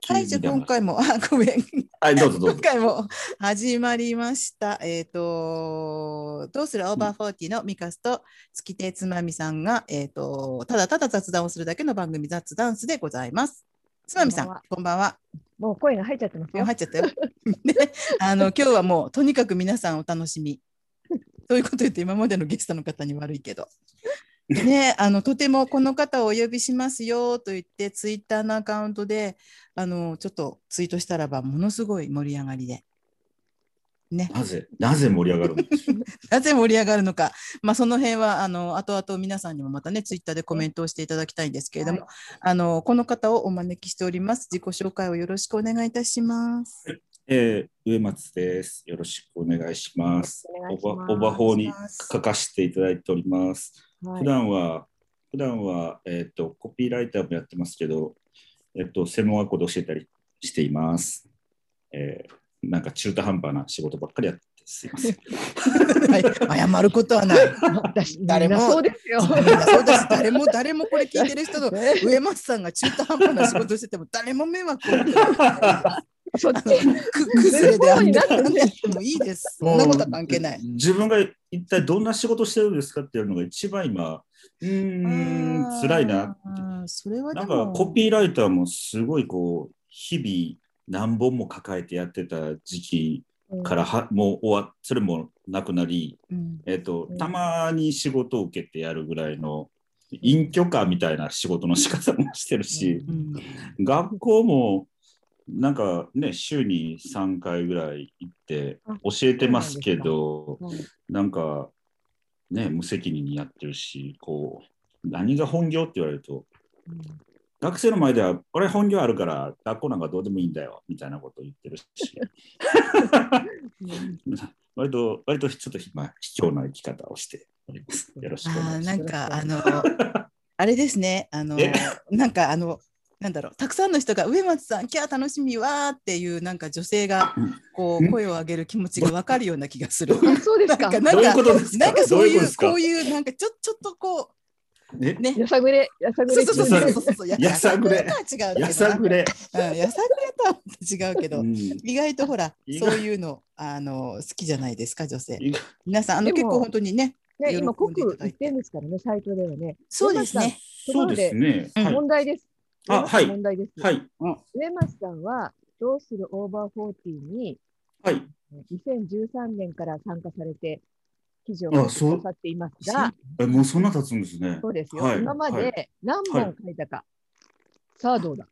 はい、じゃあ今回も、ごめん。 はい、どうぞどうぞ。 今回も始まりました。どうするオーバーフォーティーのミカスと月亭つまみさんが、ただただ雑談をするだけの番組雑ダンスでございます。つまみさん、こんばんは。 もう声が入っちゃってますよ。 入っちゃったよ。で、今日はもうとにかく皆さんお楽しみ。そういうこと言って今までのゲストの方に悪いけど。ね、とてもこの方をお呼びしますよと言ってツイッターのアカウントでちょっとツイートしたらばものすごい盛り上がりで、ね、 なぜ盛り上がるのなぜ盛り上がるのか、その辺は後々皆さんにもまたねツイッターでコメントをしていただきたいんですけれども、はい、この方をお招きしております。自己紹介をよろしくお願いいたします。 上松です。よろしくお願いします。オーバーフォーに書かせていただいております。はい、普段はコピーライターもやってますけど、専門学校で教えたりしています。なんか中途半端な仕事ばっかりやってすいません。 謝ることはない。誰もそうですよ。 そうです。誰もこれ聞いてる人の上松さんが中途半端な仕事してても誰も迷惑をかけない。崩れであんなってもいいです。そんなことは関係ない。 自分が一体どんな仕事してるんですかっていうのが一番今辛いな。 それはなんかコピーライターもすごいこう日々何本も抱えてやってた時期からもうそれもなくなり、たまに仕事を受けてやるぐらいの隠居家みたいな仕事の仕方もしてるし、学校もなんかね、週に3回ぐらい行って教えてますけど、なんかね、無責任にやってるし、こう何が本業って言われると、学生の前では俺本業あるから学校なんかどうでもいいんだよみたいなことを言ってるし、割とちょっと卑怯な生き方をしております。よろしくお願いします。 なんかあれですね、なんかなんだろう、たくさんの人が上松さんキャー楽しみわーっていうなんか女性がこう声を上げる気持ちが分かるような気がする。 そうですか。 どういうことですか。 なんかそういうこういうなんかちょっとこうね、やさぐれやさぐれとは違うやさぐれとは違うけど、意外とほらそういうの好きじゃないですか女性。皆さん結構本当にね。 今濃く言ってるんですからね、サイトではね。 そうですね。 そうですね。 問題です。 はい。 問題です。 はい。 上松さんはどうするオーバーフォーティーに2013年から参加されて記事を書いてくださっていますが、 もうそんな経つんですね。 そうですよ。今まで何本書いたか。さあどうだ。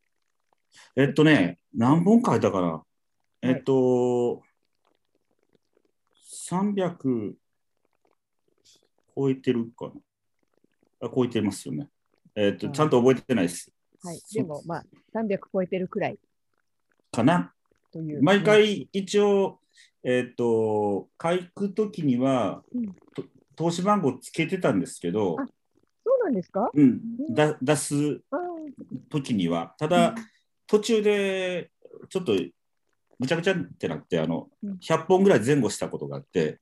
何本書いたかな。300超えてるかな。超えてますよね。ちゃんと覚えてないです。 はい。でも300超えてるくらいかな。毎回一応書くときには、投資番号つけてたんですけど、 そうなんですか？ 出すときには、ただ途中でちょっとむちゃくちゃってなって100本ぐらい前後したことがあって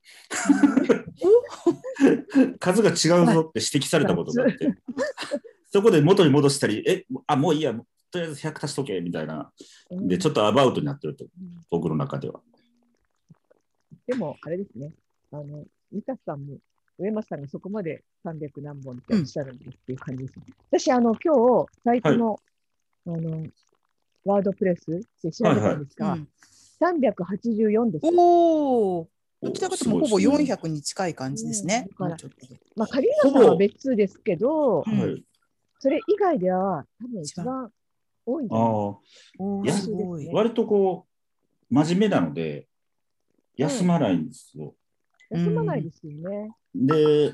数が違うぞって指摘されたことがあってそこで元に戻したりもういいやとりあえず100足しとけみたいなでちょっとアバウトになってると僕の中では。 でもあれですね、ミカさんも上松さんがそこまで300何本っておっしゃるんですっていう感じですね。私今日サイトの、ワードプレスで調べたんですが、384です。 おお。どちらかというとほぼ400に近い感じですね。 カリーナさんは別ですけど、それ以外では多分一番多いんじゃないですか。 割とこう真面目なので休まないんですよ。 休まないですよね。 で、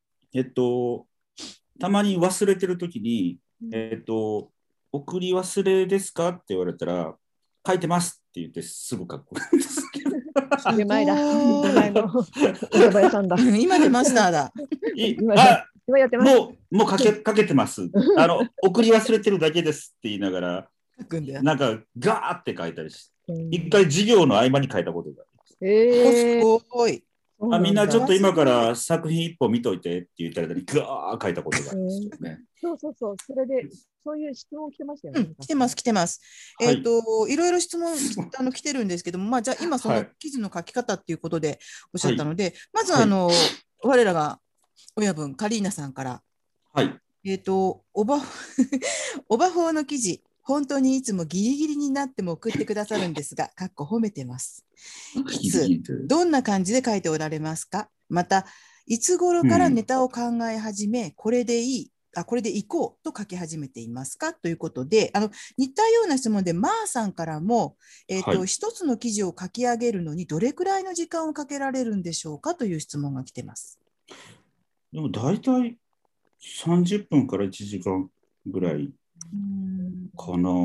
たまに忘れてるときに、送り忘れですかって言われたら、書いてますって言ってすぐ書くんですけど。 出前だ。出前のお蕎麦屋さんだ。 今でマスターだ。 今やってます。 もう書けてます。送り忘れてるだけですって言いながら、なんかガーって書いたりして、一回授業の合間に書いたことがあります。 すごい。 あ、みんなちょっと今かすら作品一本見といてって言ったらにぐわー書いたことがあるんですよね。 そうそうそう。それで、そういう質問来てましたよね。 来てます、来てます。 はい。 いろいろ質問来てるんですけども、まあ、じゃあ今そはい。 の記事の書き方っていうことでおっしゃはい。 ったので、まずはい。 我らが親分、カリーナさんから、 はい。 オバオバフォーの記事、本当にいつもギリギリになっても送ってくださるんですが、かっこ褒めてます。いギリギつ、 リという。 どんな感じで書いておられますか？また、いつ頃からネうん。 タを考え始め、これでいい、これでいこうと書き始めていますかということで、似たような質問で、マーさんからも、 はい。 一つの記事を書き上げるのにどれくらいの時間をかけられるんでしょうかという質問が来てます。 でも大体30分から1時間ぐらいかな。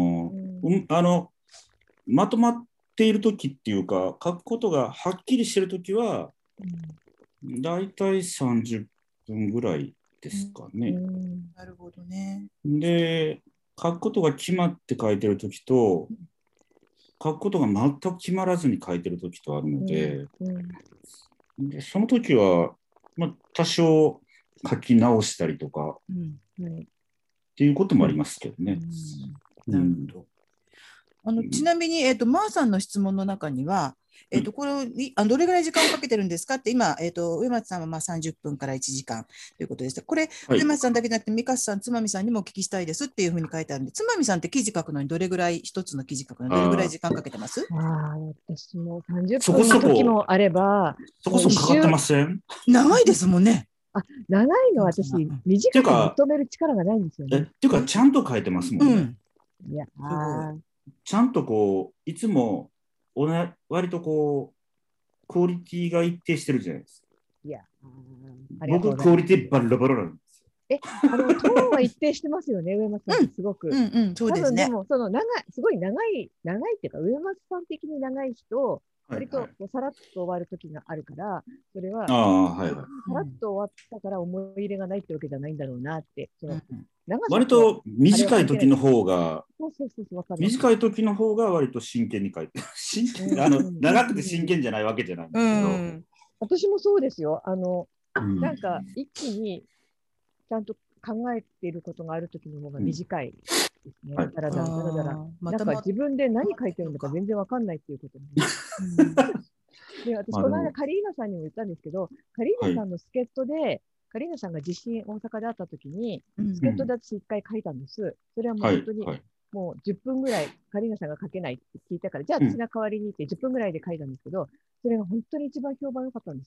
まとまっている時っていうか、書くことがはっきりしている時は、大体30分ぐらいですかね。 なるほどね。 で、書くことが決まって書いてる時と、書くことが全く決まらずに書いてる時とあるので、でその時は、まあ、多少書き直したりとかっていうこともありますけどね。 なるほど。ちなみに、マーさんの質問の中には、これにどれぐらい時間をかけてるんですかって今、上松さんはまあ30分から1時間ということでした。これ、 はい、 上松さんだけじゃなくて、ミカスさん、つまみさんにもお聞きしたいですっていうふうに書いてあるんで、つまみさんって記事書くのにどれぐらい、一つの記事書くのにどれぐらいあ時間かけてます？ 私も30 そこ分のそこ、 時もあれば、 そこもう一そこかかって瞬、 ません？っ長いですもんね。 長いのは私、短くまていうか、 とめる力がないんですよね。 っていうか、ちゃんと書いてますもんね。 うん。 いや、 すごい。 ちゃんとこう、いつも割とこう、クオリティが一定してるじゃないですか。 いや、ありがとう僕、 ございます。 クオリティバラバラなんですよ。 トーンは一定してますよね、上松さんってすごく。 そうですね。 多分でも、すごい長いっていうか、上松さん的に長い人、割はいはい。 とこうさらっと終わる時があるから、それは、 ああ、はいはい。 さらっと終わったから思い入れがないってわけじゃないんだろうなって、長さと、 割とあれは短い関係ないです。 時の方が、 そうそうそう、わかるわかる。 短い時の方が割と真剣に書いてる。真剣、長くて真剣じゃないわけじゃないんですけど。 私もそうですよ。 うん、 なんか、一気にちゃんと考えていることがある時の方がうん、 短いですね。 はい。 だらだらだらだら。なんかま自分で何書いてるのか全然わかんないっていうことに。で、私、この間、 まあでも、 カリーナさんにも言ったんですけど、カリーナはい。 さんの助っ人で、カリーナさんが地震大阪で会った時に、 うん助っ人うん、 で私一回書いたんです。それはもうはい、 本当に、 はい。 もう10分ぐらいカリーナさんが書けないって聞いたから、じゃあうん。 私が代わりにって10分ぐらいで書いたんですけど、それが本当に一番評判良かったんです。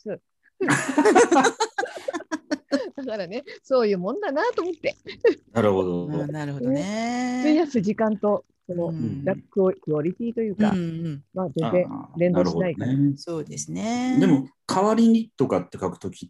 だからね、そういうもんだなと思って。 なるほど。 なるほどね、費ね。 やす時間と、 うクん。 オリティといううんか、 うん。 まあ全然ああ、 連動なるほどしないから。 ね。 そうですね。 でも、代わりにとかって書くときって、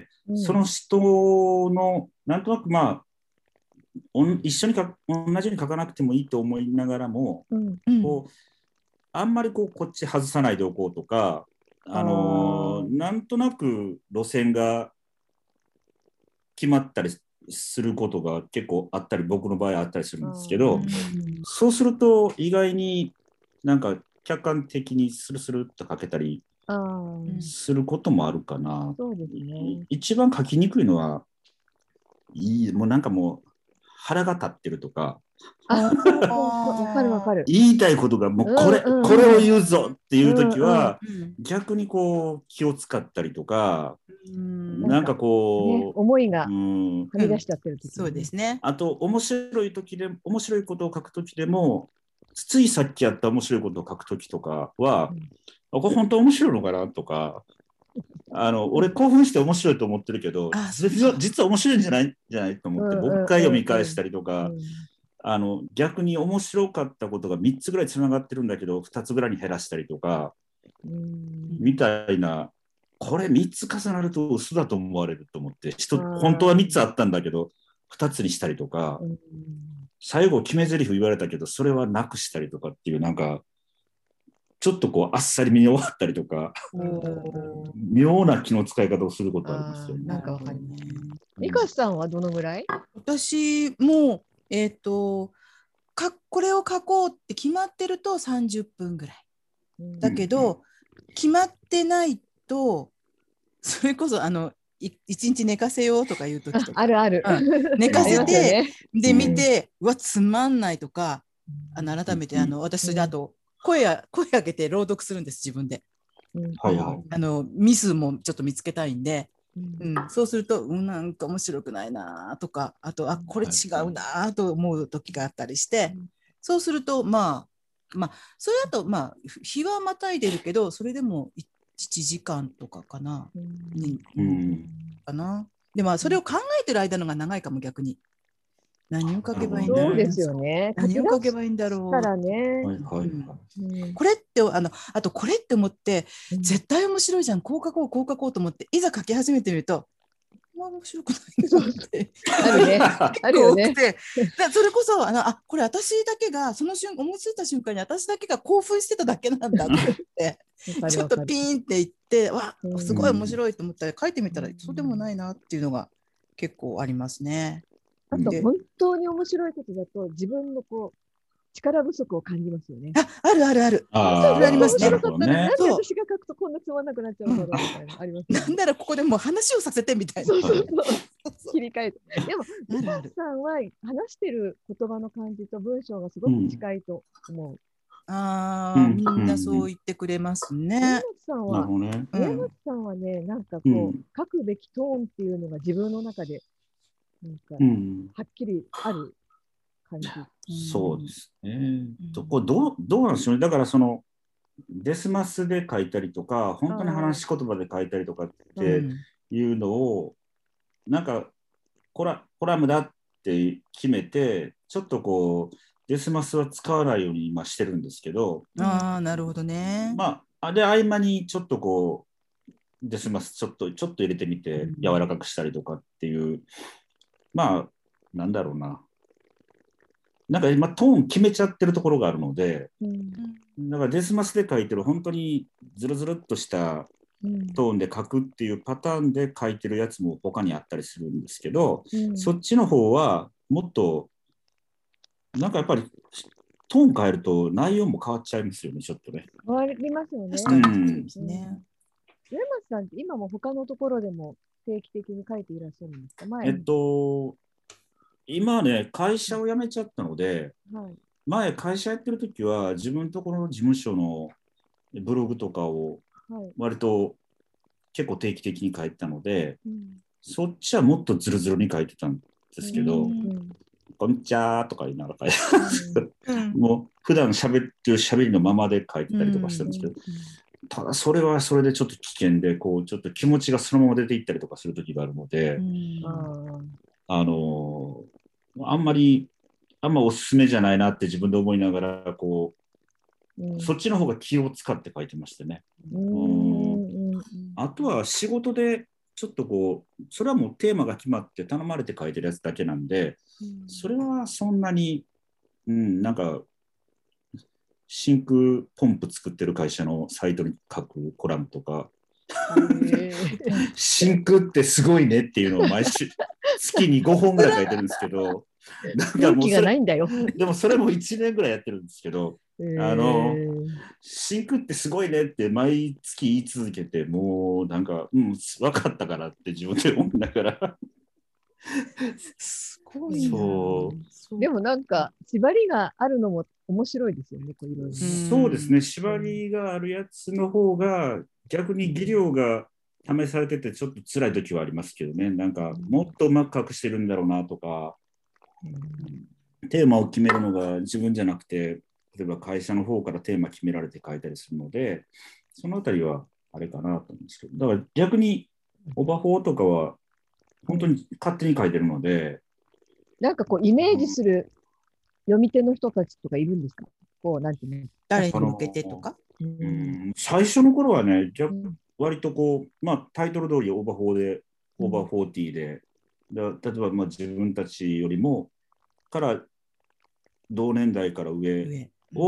その人の、なんとなくまあ、一緒に同じように書かなくてもいいと思いながらも、こう、あんまりこっち外さないでおこうとか、なんとなく路線が決まったりすることが結構あったり、僕の場合はあったりするんですけど、そうすると意外になんか客観的にスルスルっと書けたりすることもあるかな。 そうですね。 一番書きにくいのは、もうなんかもう腹が立ってるとか、 わかるわかる。 言いたいことがもうこれを言うぞっていう時は、逆にこう気を使ったりとか、なんかね、 こ思いがう、 はみ出しちゃってる時そうですね。 あと面白いことを書くときでも、ついさっきやった面白いことを書くときとかは、これ本当面白いのかなとか、俺興奮して面白いと思ってるけど、実は面白いんじゃないと思って、もう一回読み返したりとか、逆に面白かったことが3つぐらいつながってるんだけど、2つぐらいに減らしたりとか、みたいな、これ3つ重なると嘘だと思われると思って、本当は3つあったんだけど、2つにしたりとか、最後決め台詞言われたけど、それはなくしたりとかっていう、なんか、ちょっとこう、あっさり見終わったりとか、妙な気の使い方をすることありますよね。 なんかわかる。ミカさんはどのぐらい？ 私も、これを書こうって決まってると30分ぐらい。だけど、決まってないとそれこそ一日寝かせようとかいう時とか。 あるある。 寝かせて、で、見て、 ううわ、つまんないとか、改めて、私、それであと、声上げて朗読するんです、自分で。 はいはい。 ミスもちょっと見つけたいんで、そうすると、なんか面白くないなとか、あと、これ違うなと思う時があったりして、そうすると、それだと、日はまたいでるけど、それでも1時間とかかな。かな。で、それを考えてる間のが長いかも、逆に。何を書けばいいんだろう。 そうですよね。 何を書けばいいんだろう。 からね。 これって、あとこれって思って、絶対面白いじゃん。こう書こうと思って、いざ書き始めてみると、面白くないなって。 あるね。あるよね。 それこそ、これ私だけが、その思いついた瞬間に私だけが興奮してただけなんだと思って、ちょっとピーンって言って、すごい面白いと思ったら、書いてみたら、そうでもないなっていうのが結構ありますね。 あと、本当に面白いことだと、自分の力不足を感じますよね。 あるあるある。 それありますね。 面白かったら、なんで私が書くとこんなつまんなくなっちゃうんだろうみたいなありますね。 なんならここでもう話をさせてみたいな。 そう切り替えて。でも、ミカさんは話してる言葉の感じと文章がすごく近いと思う。 みんなそう言ってくれますね。 上松さんはね、なんか書くべきトーンっていうのが自分の中で、なんか、はっきりある感じ。 そうですね。これどうなんでしょうね。だからデスマスで書いたりとか、本当に話し言葉で書いたりとかっていうのを、なんかコラムだって決めて、ちょっとデスマスは使わないように今してるんですけど、 なるほどね。 で、合間にちょっとデスマスちょっと入れてみて、柔らかくしたりとかっていう、なんだろうな。なんか今トーン決めちゃってるところがあるので、だからデスマスで書いてる本当にズルズルっとしたトーンで書くっていうパターンで書いてるやつも他にあったりするんですけど、そっちの方はもっとなんかやっぱりトーン変えると内容も変わっちゃいますよね、ちょっとね。 変わりますよね。 確かにそうですね。 上松さんって今も他のところでも定期的に書いていらっしゃるんですか？ 今ね、会社を辞めちゃったので、前会社やってる時は自分のところの事務所のブログとかを割と結構定期的に書いてたので、そっちはもっとズルズルに書いてたんですけど、こんにちはとか言いながら書いてもう普段喋ってる喋りのままで書いてたりとかしてるんですけど、ただそれはそれでちょっと危険で、ちょっと気持ちがそのまま出ていったりとかする時があるので、あんまおすすめじゃないなって自分で思いながら、そっちの方が気を使って書いてましたね。あとは仕事でちょっとそれはもうテーマが決まって頼まれて書いてるやつだけなんで、それはそんなに、なんか真空ポンプ作ってる会社のサイトに書くコラムとか、真空ってすごいねっていうのを毎週月に5本ぐらい書いてるんですけど、 なんかもうないんだよ。 でもそれも1年ぐらいやってるんですけど、真空ってすごいねって毎月言い続けて、もうなんか、分かったからって自分で思いながら。 すごいな。 でもなんか縛りがあるのも面白いですよね、いろいろ。 そうですね、縛りがあるやつの方が逆に技量が試されててちょっと辛い時はありますけどね。なんかもっとうまく隠してるんだろうなとか、テーマを決めるのが自分じゃなくて、例えば会社の方からテーマ決められて書いたりするので、そのあたりはあれかなと思うんですけど、だから逆にオバフォーとかは本当に勝手に書いてるので、 なんかイメージする読み手の人たちとかいるんですか？なんてね、 誰に向けてとか？ 最初の頃はね、割とタイトル通りオーバーフォーティーで、例えば自分たちよりもから同年代から上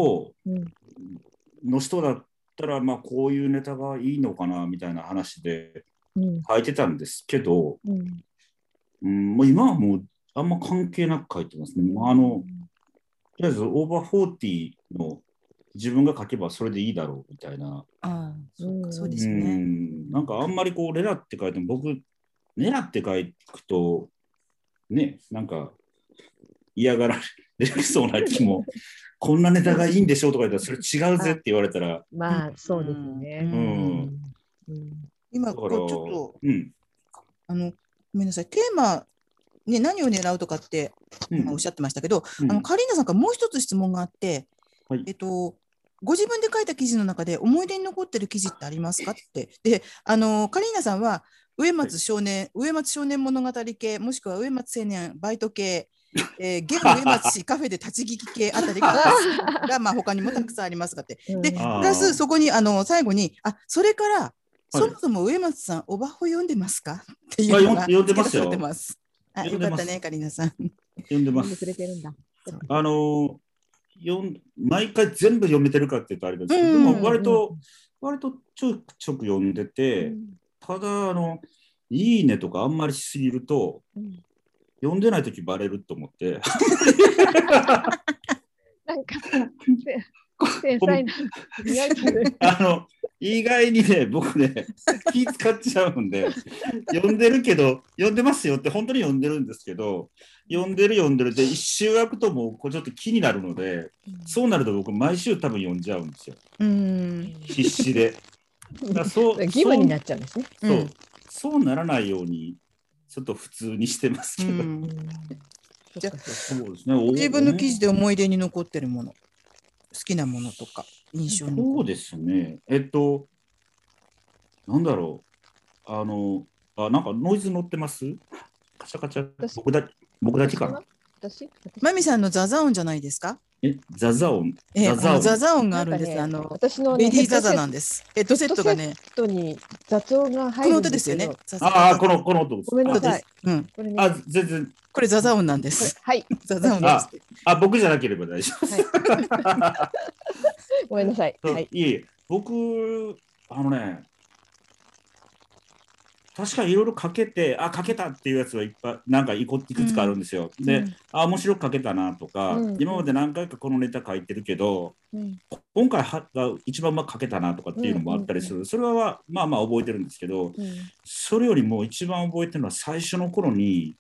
の人だったら、こういうネタがいいのかなみたいな話で書いてたんですけど、もう今はもうあんま関係なく書いてますね。とりあえずオーバーフォーティーの自分が書けばそれでいいだろうみたいな。 そうですね。 なんかあんまりこうレラって書いても僕レラって書くとね、なんか嫌がられそうな気もこんなネタがいいんでしょうとか言ったらそれ違うぜって言われたらまあそうですね。 今こうちょっと、ごめんなさい、テーマね、何を狙うとかって今おっしゃってましたけど、カリーナさんからもう一つ質問があって、ご自分で書いた記事の中で思い出に残ってる記事ってありますかって。で、カリーナさんは植松少年物語系、もしくは植松青年バイト系、現植松市カフェで立ち聞き系あたりがまあ他にもたくさんありますがって。で、プラスそこに最後に、それから、そもそも植松さん、オバホ読んでますかっていうのが読んでますよ。 よかったね、カリーナさん。 読んでます。 くれてるんだ。 毎回全部読めてるかって言うとあれですけど、でも割とちょくちょく読んでて、ただいいねとかあんまりしすぎると、読んでないときバレると思って。 なんか繊細な意外にね、僕ね、気使っちゃうんで、読んでるけど、読んでますよって本当に読んでるんですけど、読んでるで、一周空くともうこれちょっと気になるので、そうなると僕、毎週多分読んじゃうんですよ。必死で。 義務になっちゃうんですね。 そうならないように、ちょっと普通にしてますけど。 じゃあ、自分の記事で思い出に残ってるもの、好きなものとか、印象に残る。 そうですね。なんだろう。なんかノイズ乗ってます？カチャカチャ。僕だけかな。 マミさんのザザ音じゃないですか？ ザザ音。 ザザ音があるんです。 私のレディーザザなんです。ヘッドセットがね。 ヘッドに雑音が入る。 この音ですよね。 この音です。 ごめんなさい。 全然。 これザザ音なんです。 はい。 ザザ音です。 僕じゃなければ大丈夫です。 ごめんなさい。 いえ、僕、確かにいろいろ書けて、書けたっていうやつはいっぱい、なんかいくつかあるんですよ。で、面白く書けたなとか、今まで何回かこのネタ書いてるけど、今回が一番うまく書けたなとかっていうのもあったりする。それはまあまあ覚えてるんですけど、それよりも一番覚えてるのは最初の頃に、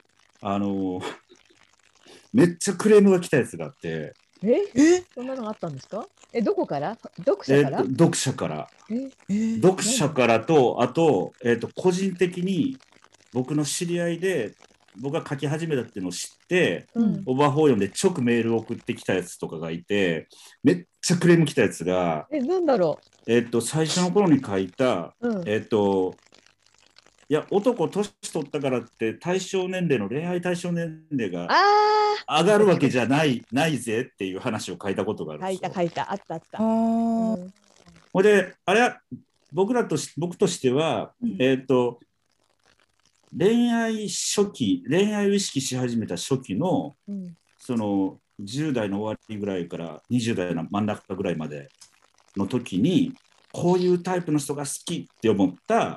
めっちゃクレームが来たやつがあって。 そんなのがあったんですか？どこから？読者から？ 読者から。読者からと、あと、個人的に僕の知り合いで、僕が書き始めたっていうのを知って、オーバーフォー読んで直メールを送ってきたやつとかがいて、めっちゃクレーム来たやつが、 なんだろう。最初の頃に書いた、いや、男年取ったからって恋愛対象年齢が上がるわけじゃないぜっていう話を書いたことがあるんですよ。 書いた、あった。 ほいで、あれは僕としては、恋愛を意識し始めた初期の、その10代の終わりぐらいから20代の真ん中ぐらいまでの時に、こういうタイプの人が好きって思った、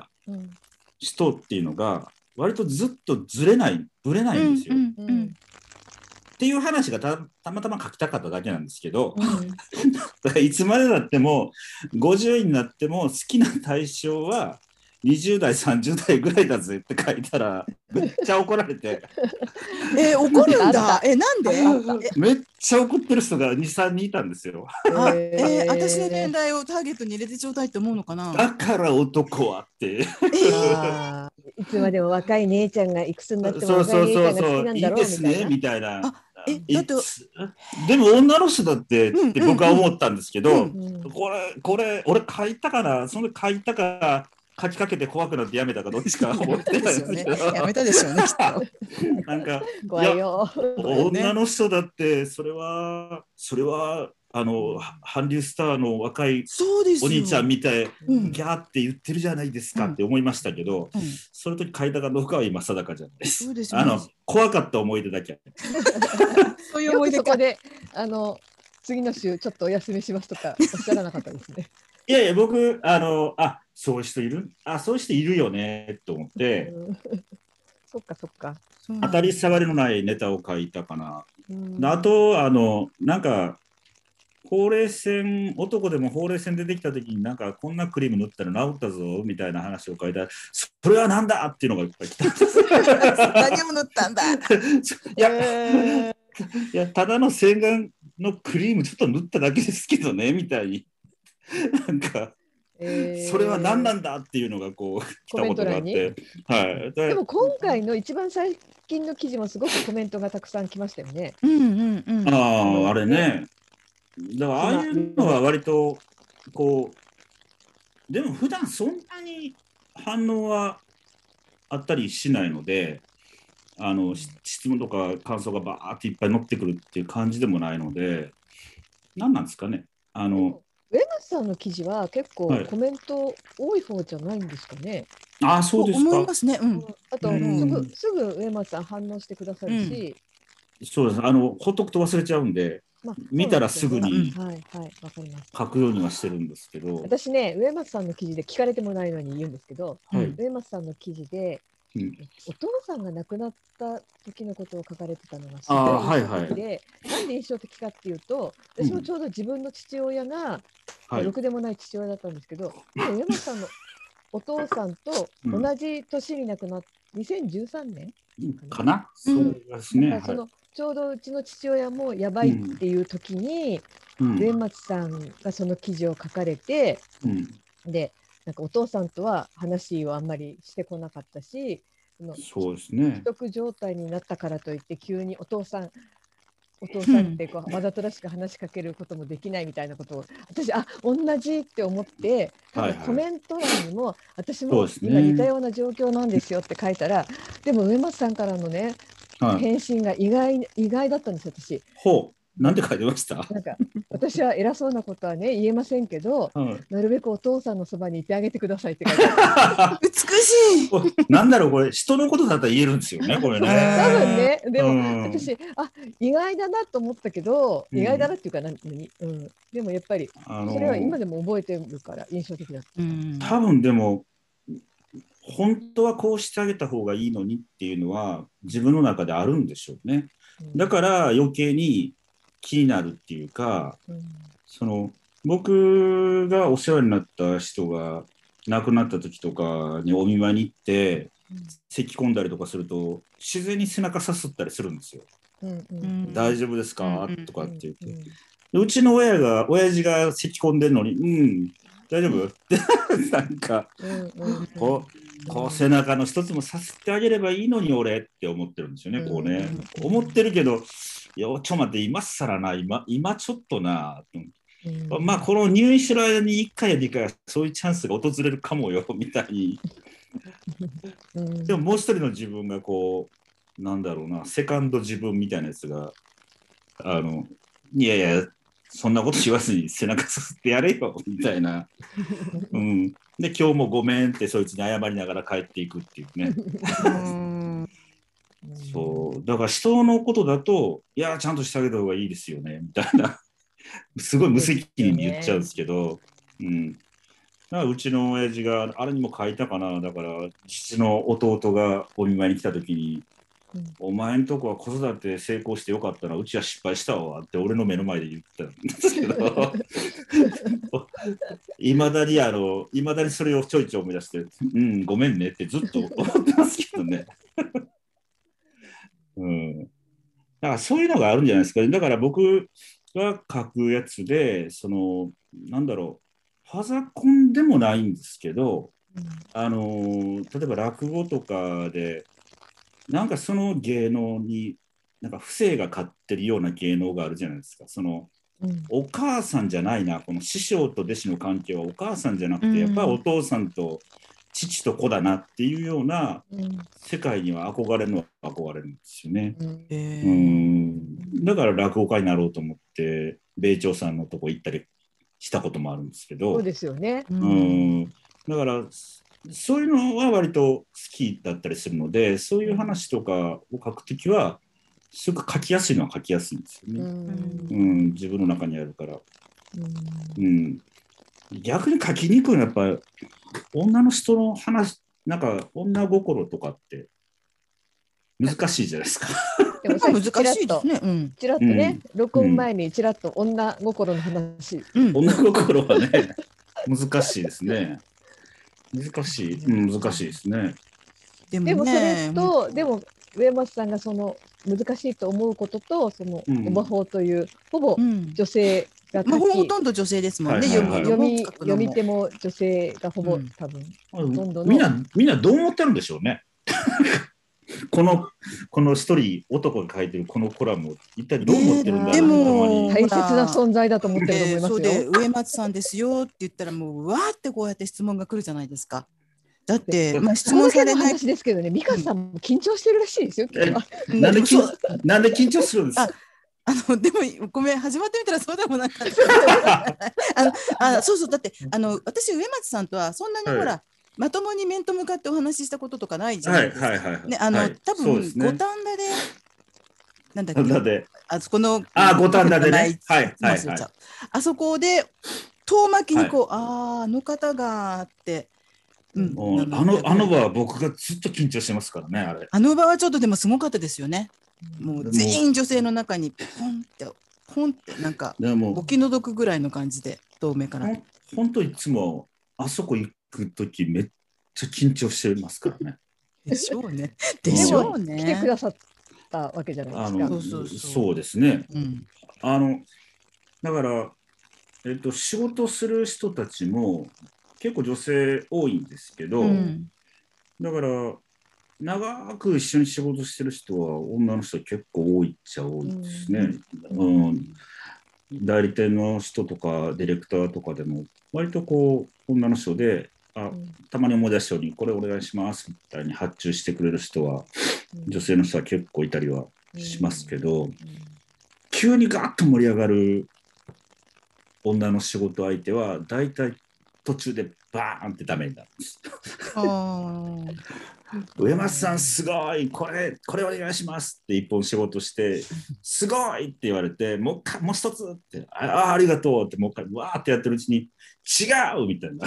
人っていうのが割とずっとぶれないんですよ。っていう話がたまたま書きたかっただけなんですけど、いつまでだっても50になっても好きな対象は20代30代ぐらいだぜって書いたらめっちゃ怒られて怒るんだ。なんで？ めっちゃ怒ってる人が 2,3 人いたんですよ。 私の年代をターゲットに入れてちょうだいって思うのかな。 だから男はっていつまでも若い姉ちゃんがいくつになっても若い姉ちゃんが好きなんだろういいですねみたいな。 だってでも女の人だってって僕は思ったんですけど、これ俺書いたかな、その書いたか書きかけて怖くなってやめたかどっちか思ってないですけどやめたでしょうねきっと。 なんか怖いよ。 女の人だってそれは韓流スターの若いお兄ちゃんみたいギャーって言ってるじゃないですかって思いましたけど、その時書いたかどうかは今定かじゃないです。怖かった思い出だけ。 そういう思い出そこで次の週ちょっとお休みしますとかおっしゃらなかったですね。 いやいや僕そういう人いるよねと思って、 そっか当たり障りのないネタを書いたかな。あとなんかほうれい線、男でもほうれい線出てきたときに、なんかこんなクリーム塗ったら治ったぞみたいな話を書いたら、それはなんだっていうのがいっぱい来たんです。 何を塗ったんだ。 いや、ただの洗顔のクリームちょっと塗っただけですけどね、みたいに。なんか、それは何なんだっていうのがこう来たことがあって、はい、 でも今回の一番最近の記事もすごくコメントがたくさん来ましたよね。 あれね。だからああいうのは割とこうでも普段そんなに反応はあったりしないので、質問とか感想がバーっていっぱい載ってくるっていう感じでもないので、何なんですかね。 上松さんの記事は結構コメント多い方じゃないんですかね。 ああ、そうですか。 思いますね。 あとすぐ上松さん反応してくださるし。 そうです。ほっとくと忘れちゃうんで、見たらすぐに書くようにはしてるんですけど。 私ね、上松さんの記事で聞かれてもないのに言うんですけど、上松さんの記事で、お父さんが亡くなった時のことを書かれてたのがすごい印象的で、なんで印象的かっていうと、私もちょうど自分の父親が、ろくでもない父親だったんですけど、上松さんのお父さんと同じ年に亡くなった2013年かな、そうですね。 ちょうどうちの父親もやばいっていう時に、上松さんがその記事を書かれて、でなんかお父さんとは話をあんまりしてこなかったし、 そうですね。 既得状態になったからといって急にお父さんってこうわざとらしく話しかけることもできないみたいなことを私同じって思って、コメント欄にも私も今似たような状況なんですよって書いたら、でも上松さんからのね、返信が意外だったんですよ、私。 なんて書いてました？ なんか私は偉そうなことはね言えませんけど、なるべくお父さんのそばにいてあげてくださいって書いてある。 美しい。 なんだろう、これ人のことだったら言えるんですよね、これね。 多分ね。でも、私意外だなと思ったけど、意外だなっていうかでもやっぱりそれは今でも覚えてるから印象的だった。 多分でも本当はこうしてあげた方がいいのにっていうのは自分の中であるんでしょうね。だから余計に気になるっていうか、僕がお世話になった人が亡くなった時とかにお見舞いに行って咳込んだりとかすると自然に背中さすったりするんですよ。大丈夫ですかとかって言って、うちの親父が咳込んでるのに大丈夫ってなんかこう背中の一つもさすってあげればいいのに俺って思ってるんですよね。こうね思ってるけど、いやちょ待って今更な今ちょっとな、まあこの入院してる間に1回や2回そういうチャンスが訪れるかもよみたいにでももう一人の自分がこうなんだろうな、セカンド自分みたいなやつがいやいやそんなこと言わずに背中さすってやれよみたいな、で今日もごめんってそいつに謝りながら帰っていくっていうね。そうだから人のことだといやちゃんとしてあげた方がいいですよねみたいなすごい無責任に言っちゃうんですけど、だからうちの親父があれにも書いたかな、だから父の弟がお見舞いに来た時に、お前んとこは子育て成功してよかったな、うちは失敗したわって俺の目の前で言ってたんですけどいまだにそれをちょいちょい思い出してごめんねってずっと思ってますけどねだからそういうのがあるんじゃないですか。だから僕が書くやつでなんだろう、ファザコンでもないんですけど、例えば落語とかでなんかその芸能になんか不正が勝ってるような芸能があるじゃないですか。お母さんじゃないな、この師匠と弟子の関係はお母さんじゃなくて、やっぱりお父さんと父と子だなっていうような世界には憧れるんですよね。だから落語家になろうと思って米朝さんのとこ行ったりしたこともあるんですけど、 そうですよね。 だからそういうのは割と好きだったりするので、そういう話とかを書くときはすごく書きやすいのは書きやすいんですよね。自分の中にあるから。逆に書きにくいのはやっぱり女の人の話、なんか女心とかって難しいじゃないですかでもさっき難しいですね。 ちらっとね、録音前にちらっと女心の話。 女心はね、難しいですね。難しいですね。 でもそれと、でも上松さんがその難しいと思うことと、そのおば法という、ほぼ女性がほとんど女性ですもんね。 読み手も女性がほぼ多分、ほとんどの。 みんなどう思ってるんでしょうね。この一人男が書いてるこのコラムを一体どう思ってるんだろう。でも大切な存在だと思ってると思いますよ。 そうで植松さんですよって言ったらもうわーってこうやって質問が来るじゃないですか。だって、質問されない話ですけどね、美香さんも緊張してるらしいですよ。 なんで緊張するんですか。 でもごめん、始まってみたらそうでもなかった。そうだって私植松さんとはそんなにほら、まともに面と向かってお話ししたこととかないじゃないですか。多分五反田でなんだっけ、あそこの五反田でね、 あそこで遠巻きにこう、あの方がって。 あの場は僕がずっと緊張してますからね、あれ。 あの場はちょっとでもすごかったですよね。もう全員女性の中にポンってなんかお気の毒ぐらいの感じで遠目から。 本当いつもあそこ行くときめっちゃ緊張してますからね。 でしょうね。でしょうね。 来てくださったわけじゃないですか。 そうですね。だから仕事する人たちも結構女性多いんですけど、だから長く一緒に仕事してる人は女の人は結構多いっちゃ多いですね。代理店の人とかディレクターとかでも割とこう女の人でたまに思い出したようにこれお願いしますみたいに発注してくれる人は女性の人は結構いたりはしますけど、急にガッと盛り上がる女の仕事相手はだいたい途中でバーンってダメになるんです。植松さんすごい、これお願いしますって一本仕事してすごいって言われてもう一つってありがとうってもう一回わーってやってるうちに違うみたいな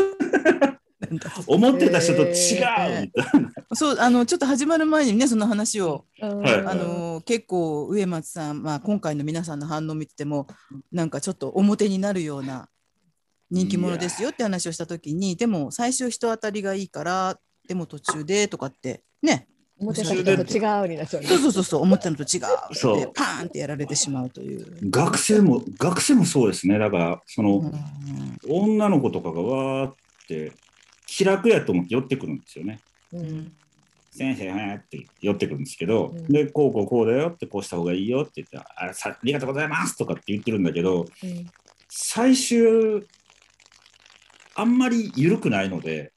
思ってた人と違うみたいな。 そうちょっと始まる前にねその話を結構植松さん、今回の皆さんの反応を見ててもなんかちょっと表になるような人気者ですよって話をしたときにでも最初人当たりがいいからでも途中でとかってね思ってた人と違うになっちゃう。 そう思ってたのと違うってパーンってやられてしまうという。 学生もそうですね。だからその女の子とかがわーって気楽やと思って寄ってくるんですよね。先生って寄ってくるんですけど、でこうだよってこうした方がいいよって言ってありがとうございますとかって言ってるんだけど、最終あんまり緩くないので、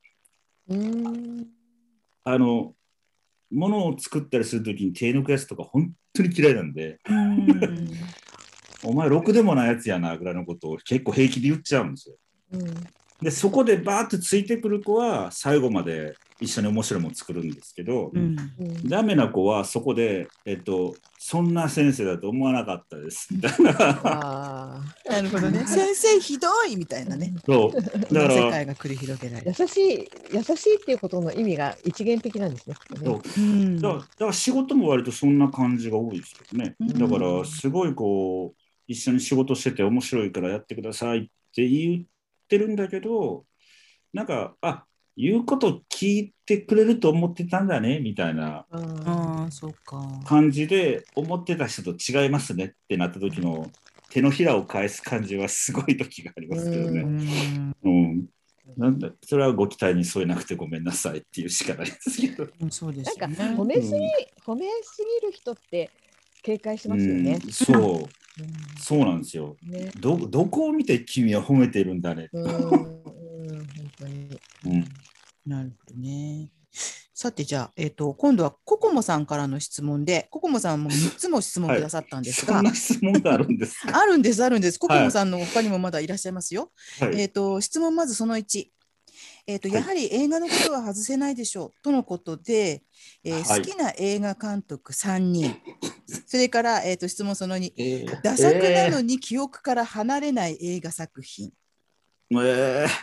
物を作ったりするときに手抜くやつとか本当に嫌いなんで、お前ろくでもないやつやなぐらいのことを結構平気で言っちゃうんですよ。でそこでバーってついてくる子は最後まで一緒に面白いもの作るんですけど、ダメな子はそこで、そんな先生だと思わなかったですみたいな。 なるほどね。先生ひどいみたいなね。 そうだから世界が繰り広げられる。 優しいっていうことの意味が一元的なんですね。 だから仕事も割とそんな感じが多いですけどね。だからすごいこう一緒に仕事してて面白いからやってくださいって言ってるんだけど、なんか言うこと聞いてくれると思ってたんだねみたいな感じで思ってた人と違いますねってなった時の手のひらを返す感じはすごい時がありますけどね。なんだそれはご期待に添えなくてごめんなさいっていうしかないですけど。 そうですね。 なんか褒めすぎる人って警戒しますよね。 そうなんですよ。どこを見て君は褒めているんだね。 本当に。 なるほどね。さてじゃあ、今度はココモさんからの質問で、ココモさんも3つも質問くださったんですが、 そんな質問があるんですか？ あるんです。ココモさんの他にもまだいらっしゃいますよ。質問まずその1。やはり映画のことは外せないでしょうとのことで、好きな映画監督3人、それから、質問その2、ダ作なのに記憶から離れない映画作品。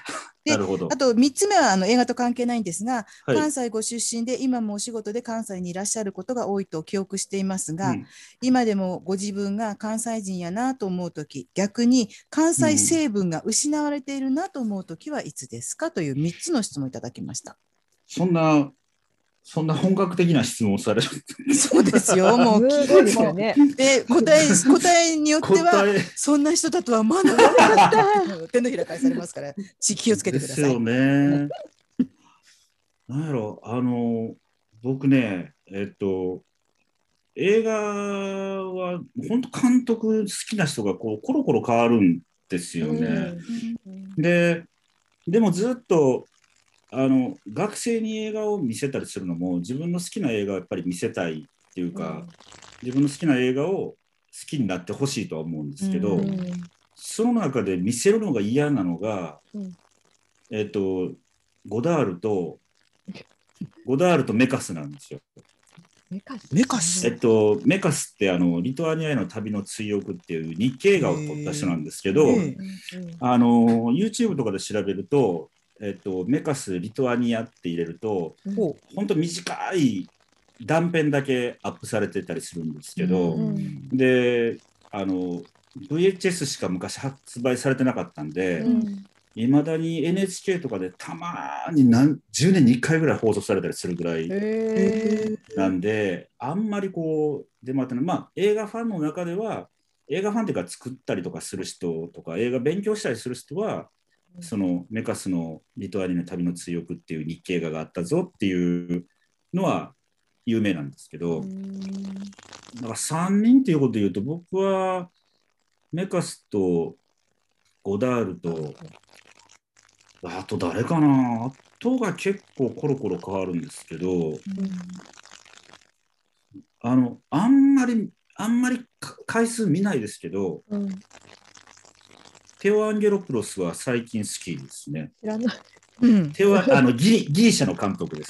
で、 なるほど。 あと3つ目は映画と関係ないんですが、 はい。 関西ご出身で今もお仕事で関西にいらっしゃることが多いと記憶していますが、今でもご自分が関西人やなと思うとき、逆に関西成分が失われているなと思うときはいつですかという3つの質問をいただきました。 そんな本格的な質問をされる。 そうですよ。もうすごいですよね。 で答えによってはそんな人だとは思わなかった手のひら返されますから気をつけてください。 ですよね。なんやろ僕ね映画は本当監督好きな人がこうコロコロ変わるんですよね。でもずっと学生に映画を見せたりするのも自分の好きな映画をやっぱり見せたいっていうか、自分の好きな映画を好きになってほしいとは思うんですけど、その中で見せるのが嫌なのが、ゴダールとメカスなんですよ。 メカスメカスってリトアニアへの旅の追憶っていう日系映画を撮った人なんですけど、YouTube とかで調べると、メカスリトアニアって入れると、本当短い断片だけアップされてたりするんですけど、でVHS しか昔発売されてなかったんで、いまだに NHK とかでたまに10年に1回ぐらい放送されたりするぐらいなんで、あんまりこうでまた、映画ファンの中では映画ファンっていうか作ったりとかする人とか映画勉強したりする人はそのメカスのリトアニアの旅の追憶っていう日系映画があったぞっていうのは有名なんですけど、だから3人っていうことで言うと僕はメカスとゴダールとあと誰かな、あとが結構コロコロ変わるんですけど、あんまり回数見ないですけど、テオ・アンゲロプロスは最近好きですね。 知らない。 テオギリシャの監督です。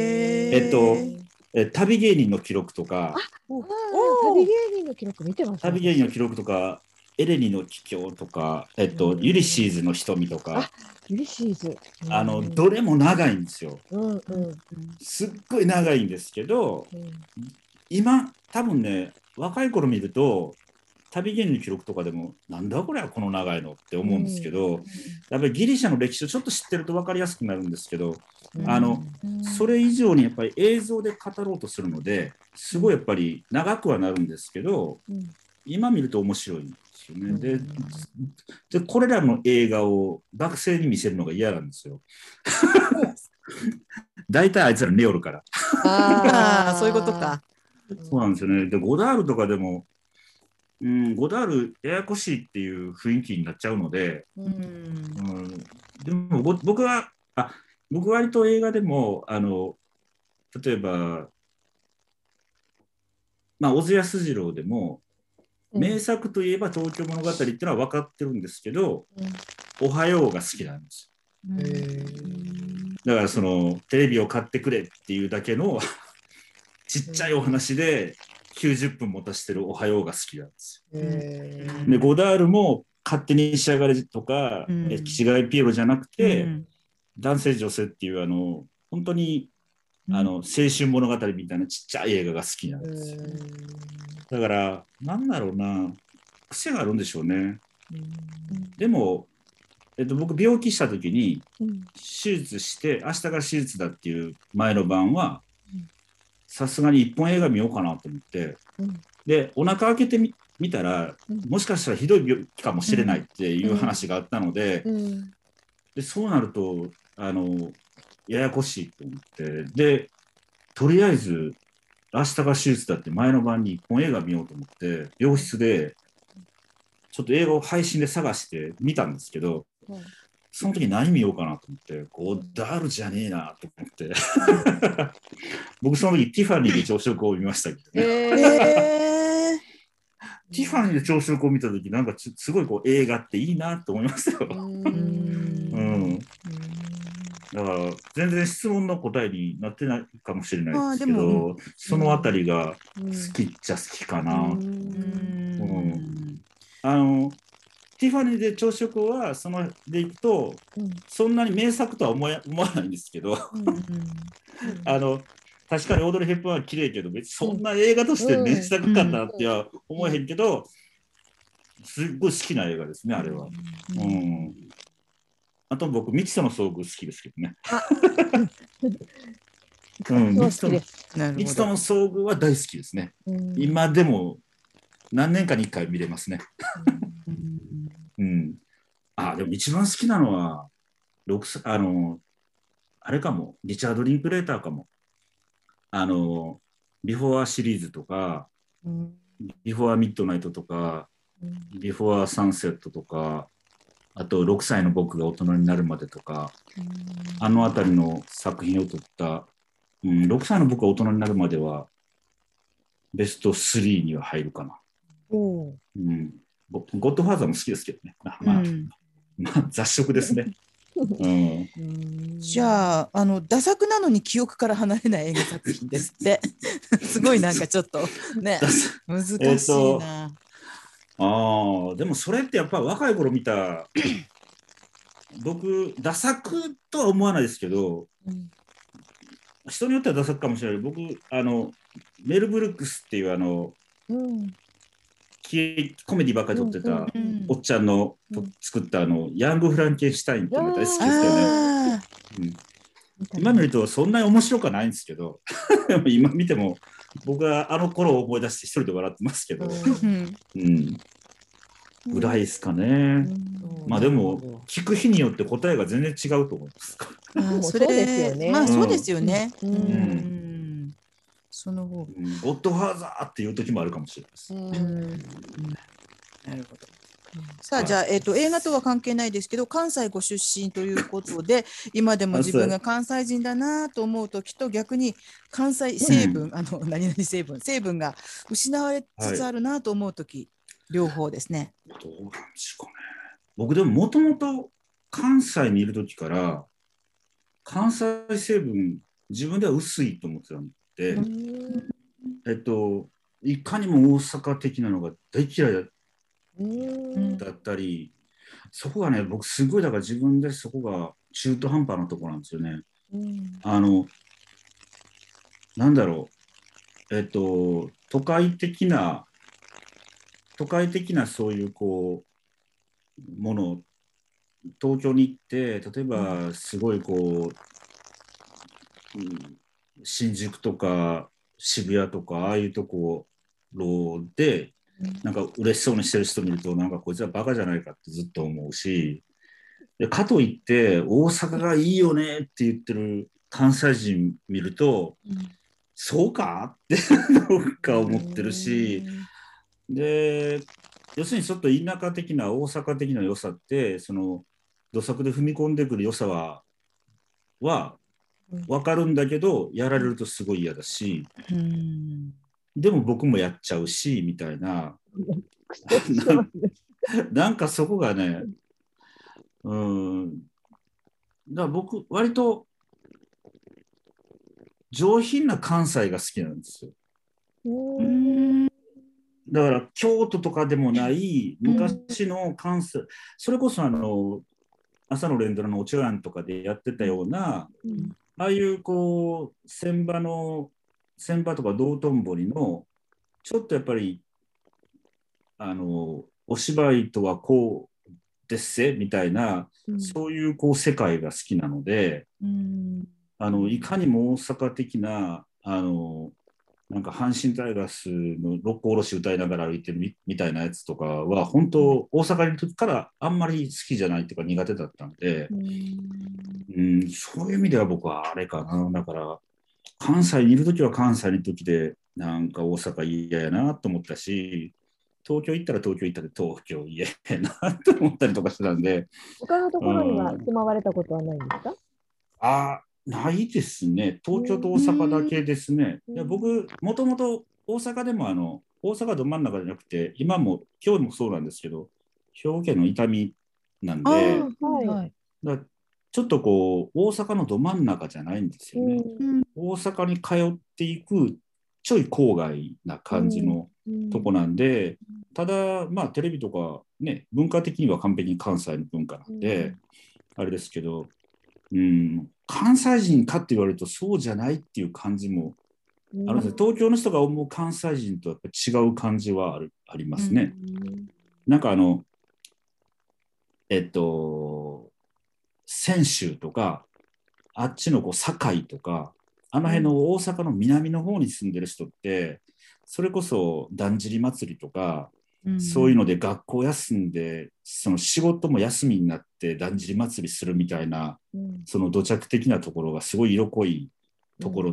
旅芸人の記録とか、 旅芸人の記録見てます。 旅芸人の記録とか、エレニの帰郷とか、ユリシーズの瞳とか、 ユリシーズ。 どれも長いんですよ。すっごい長いんですけど、今多分ね若い頃見ると旅芸人の記録とかでもなんだこれはこの長いのって思うんですけど、やっぱりギリシャの歴史をちょっと知ってると分かりやすくなるんですけど、それ以上にやっぱり映像で語ろうとするのですごいやっぱり長くはなるんですけど、今見ると面白いんですよね。でこれらの映画を学生に見せるのが嫌なんですよ。大体あいつら寝よるから。 ああ、そういうことか。 そうなんですよね。で、ゴダールとかでも、ゴダールややこしいっていう雰囲気になっちゃうので、でも僕割と映画でも、例えば、小津安二郎でも、名作といえば東京物語っていうのは分かってるんですけど、おはようが好きなんですよ。だからそのテレビを買ってくれっていうだけのちっちゃいお話で90分持たせてるおはようが好きなんですよ。でゴダールも勝手に仕上がれとか、キガイピエロじゃなくて、男性女性っていう本当に青春物語みたいなちっちゃい映画が好きなんですよ。だからなんだろうな、癖があるんでしょうね。でも僕病気した時に手術して明日から手術だっていう前の晩はさすがに一本映画見ようかなと思って、でお腹開けてみたらもしかしたらひどい病気かもしれないっていう話があったので、でそうなるとややこしいと思って、でとりあえず明日が手術だって前の晩に一本映画見ようと思って病室でちょっと映画を配信で探して見たんですけど、その時何見ようかなと思ってゴダールじゃねえなと思って僕その時ティファニーで朝食を見ましたけどね。ティファニーで朝食を見た時なんかすごいこう映画っていいなと思いましたよ。だから全然質問の答えになってないかもしれないですけど、そのあたりが好きっちゃ好きかな。 ティファニーで朝食はそので行くと、そんなに名作とは思わないんですけど、確かにオードリー・ヘップバーンは綺麗けど、別にそんな映画として名作かなっては思えへんけど、すっごい好きな映画ですね、あれは。あと僕、未知との遭遇好きですけどね。未知との遭遇は大好きですね。今でも何年かに1回見れますね。でも一番好きなのは、あれかも、リチャード・リンクレーターかも。ビフォアシリーズとか、ビフォアミッドナイトとか、ビフォアサンセットとか、あと6歳の僕が大人になるまでとか、あのあたりの作品を撮った、6歳の僕が大人になるまでは、ベスト3には入るかな。ゴッドファーザーも好きですけどね。まあ、雑食ですね。 じゃあ、ダ作なのに記憶から離れない映画作品ですって。すごいなんかちょっとね、難しいな。 でもそれってやっぱ若い頃見た、僕、ダ作とは思わないですけど、人によってはダ作かもしれない。僕、メル・ブルックスっていうコメディばっかり撮ってたおっちゃんの作ったヤング・フランケンシュタインっていうのが大好きですよね。今見るとそんなに面白くはないんですけど今見ても僕はあの頃を思い出して一人で笑ってますけど、ぐらいですかね。まあでも聞く日によって答えが全然違うと思います。 それですよね。まあそうですよね。その方、 ゴッドファーザーっていう時もあるかもしれないです。 なるほど。さあ、じゃあ、映画とは関係ないですけど、関西ご出身ということで、今でも自分が関西人だなと思うときと、逆に関西成分、何々成分が失われつつあるなと思うとき、両方ですね。 どうなんですかね。僕でももともと関西にいるときから、関西成分、自分では薄いと思ってたんで、いかにも大阪的なのが大嫌いだったり、そこがね、僕すごいだから自分でそこが中途半端なところなんですよね。なんだろう、都会的なそういうこうもの、東京に行って例えばすごいこう、新宿とか渋谷とかああいうところでなんか嬉しそうにしてる人見るとなんかこいつはバカじゃないかってずっと思うし、でかといって大阪がいいよねって言ってる関西人見ると、そうかってなんか思ってるし、で要するにちょっと田舎的な大阪的な良さってその土足で踏み込んでくる良さは分かるんだけどやられるとすごい嫌だし、でも僕もやっちゃうしみたいななんかそこがね、だから僕割と上品な関西が好きなんですよ。だから京都とかでもない昔の関西、それこそ朝の連ドラのお茶碗とかでやってたような、ああいうこう船場とか道頓堀のちょっとやっぱりお芝居とはこうですせみたいな、そういうこう世界が好きなので、いかにも大阪的ななんか阪神タイガースの六甲おろし歌いながら歩いてるみたいなやつとかは本当大阪にいる時からあんまり好きじゃないっていうか苦手だったんで、そういう意味では僕はあれかな。だから関西にいる時は関西にいる時でなんか大阪嫌やなと思ったし、東京行ったら東京行ったで東京嫌やなと思ったりとかしてたんで。 他のところには住まわれたことはないんですか？ ないですね。東京と大阪だけですね。いや僕、もともと大阪でも大阪ど真ん中じゃなくて、今も今日もそうなんですけど、兵庫県の伊丹なんで、ちょっとこう、大阪のど真ん中じゃないんですよね。大阪に通っていく、ちょい郊外な感じのとこなんで、ただまあテレビとかね、文化的には完璧に関西の文化なんで、あれですけど、関西人かって言われるとそうじゃないっていう感じもあるんですね。東京の人が思う関西人とやっぱ違う感じはありますね。なんか泉州とか、あっちの堺とか、あの辺の大阪の南の方に住んでる人って、それこそだんじり祭りとか、そういうので学校休んで、その仕事も休みになってだんじり祭りするみたいな、その土着的なところがすごい色濃いところって、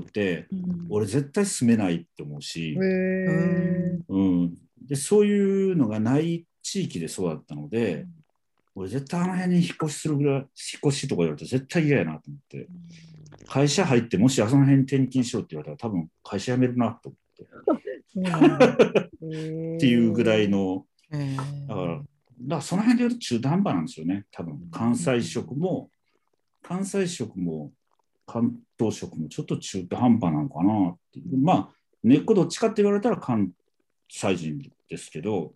俺絶対住めないって思うし、でそういうのがない地域で育ったので、俺絶対あの辺に引っ越しするぐらい、引っ越しとか言われると絶対嫌やなと思って、会社入ってもしあその辺に転勤しようって言われたら多分会社辞めるなと思ってっていうぐらいの、だからその辺で言うと中途半端なんですよね。多分関西色も関東色もちょっと中途半端なのかなっていう。まあ根っこどっちかって言われたら関西人ですけど、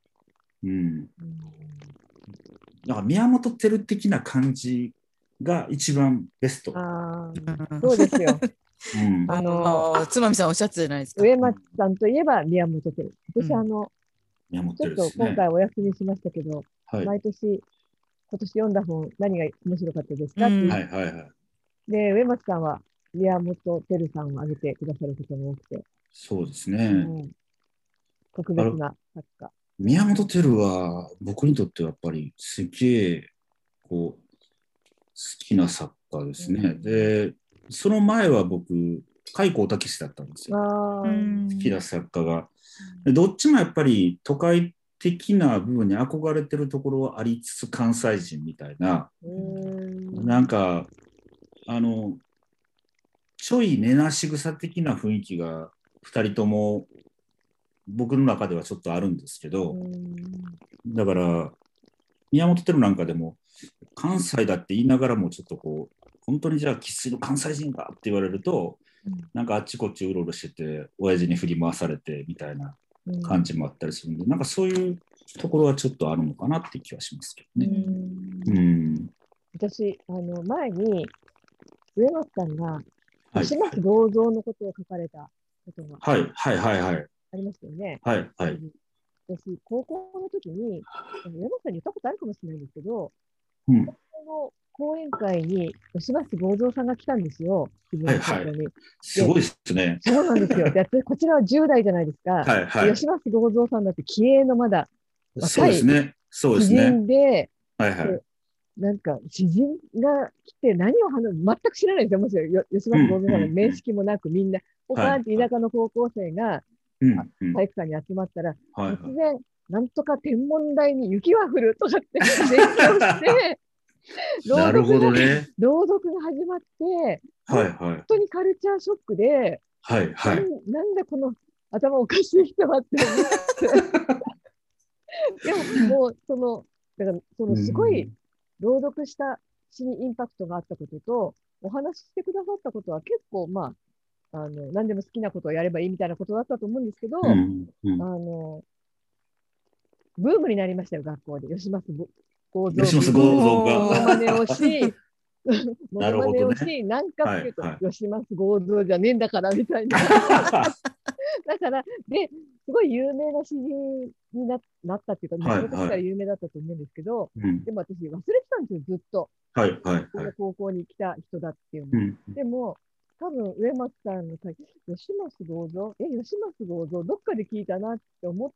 だから宮本照的な感じが一番ベスト。 そうですよ。 つまみさんおっしゃってたじゃないですか。 上松さんといえば宮本照。私、ちょっと今回お休みしましたけど、毎年、今年読んだ本、何が面白かったですかって。で、上松さんは宮本照さんを挙げてくださることが多くて。 そうですね。 特別な作家。 宮本照は僕にとってはやっぱりすげえ好きな作家ですね。で、その前は僕、開高武だったんですよ。好きな作家が。どっちもやっぱり都会的な部分に憧れてるところはありつつ関西人みたいな、なんか、ちょい根なし草的な雰囲気が2人とも僕の中ではちょっとあるんですけど、だから宮本照なんかでも関西だって言いながらもちょっと本当にじゃあ生粋の関西人かって言われると、なんかあっちこっちうろうろしてて親父に振り回されてみたいな感じもあったりするんで、なんかそういうところはちょっとあるのかなっていう気はしますけどね。 私前に上松さんが吉松剛造のことを書かれたことがありましたよね。私、高校の時に、山本さんに言ったことあるかもしれないんですけど、高校の講演会に吉松剛造さんが来たんですよ、 すごいですね。 そうなんですよ。で、こちらは10代じゃないですか。吉松剛造さんだって気鋭のまだ若い詩人で、なんか詩人が来て何を話す、全く知らないんですよ、もちろん吉松剛造さんの面識もなく、みんな、ポカーンって田舎の高校生が、体育館に集まったら、突然、なんとか天文台に雪は降るとかって勉強して、朗読が始まって、本当にカルチャーショックで、なんでこの頭おかしい人はって思って、でももうだからすごい朗読した詩にインパクトがあったことと、お話ししてくださったことは結構、何でも好きなことをやればいいみたいなことだったと思うんですけど、ブームになりましたよ、学校で。吉松剛造が。モノマネをし、なんかっていうと、吉松剛造じゃねえんだからみたいな。だから、すごい有名な詩人になったっていうか、その時から有名だったと思うんですけど、でも私忘れてたんですよ、ずっと。高校に来た人だっていうの。でも、多分、上松さんの吉松剛造吉松剛造、どっかで聞いたなって思って、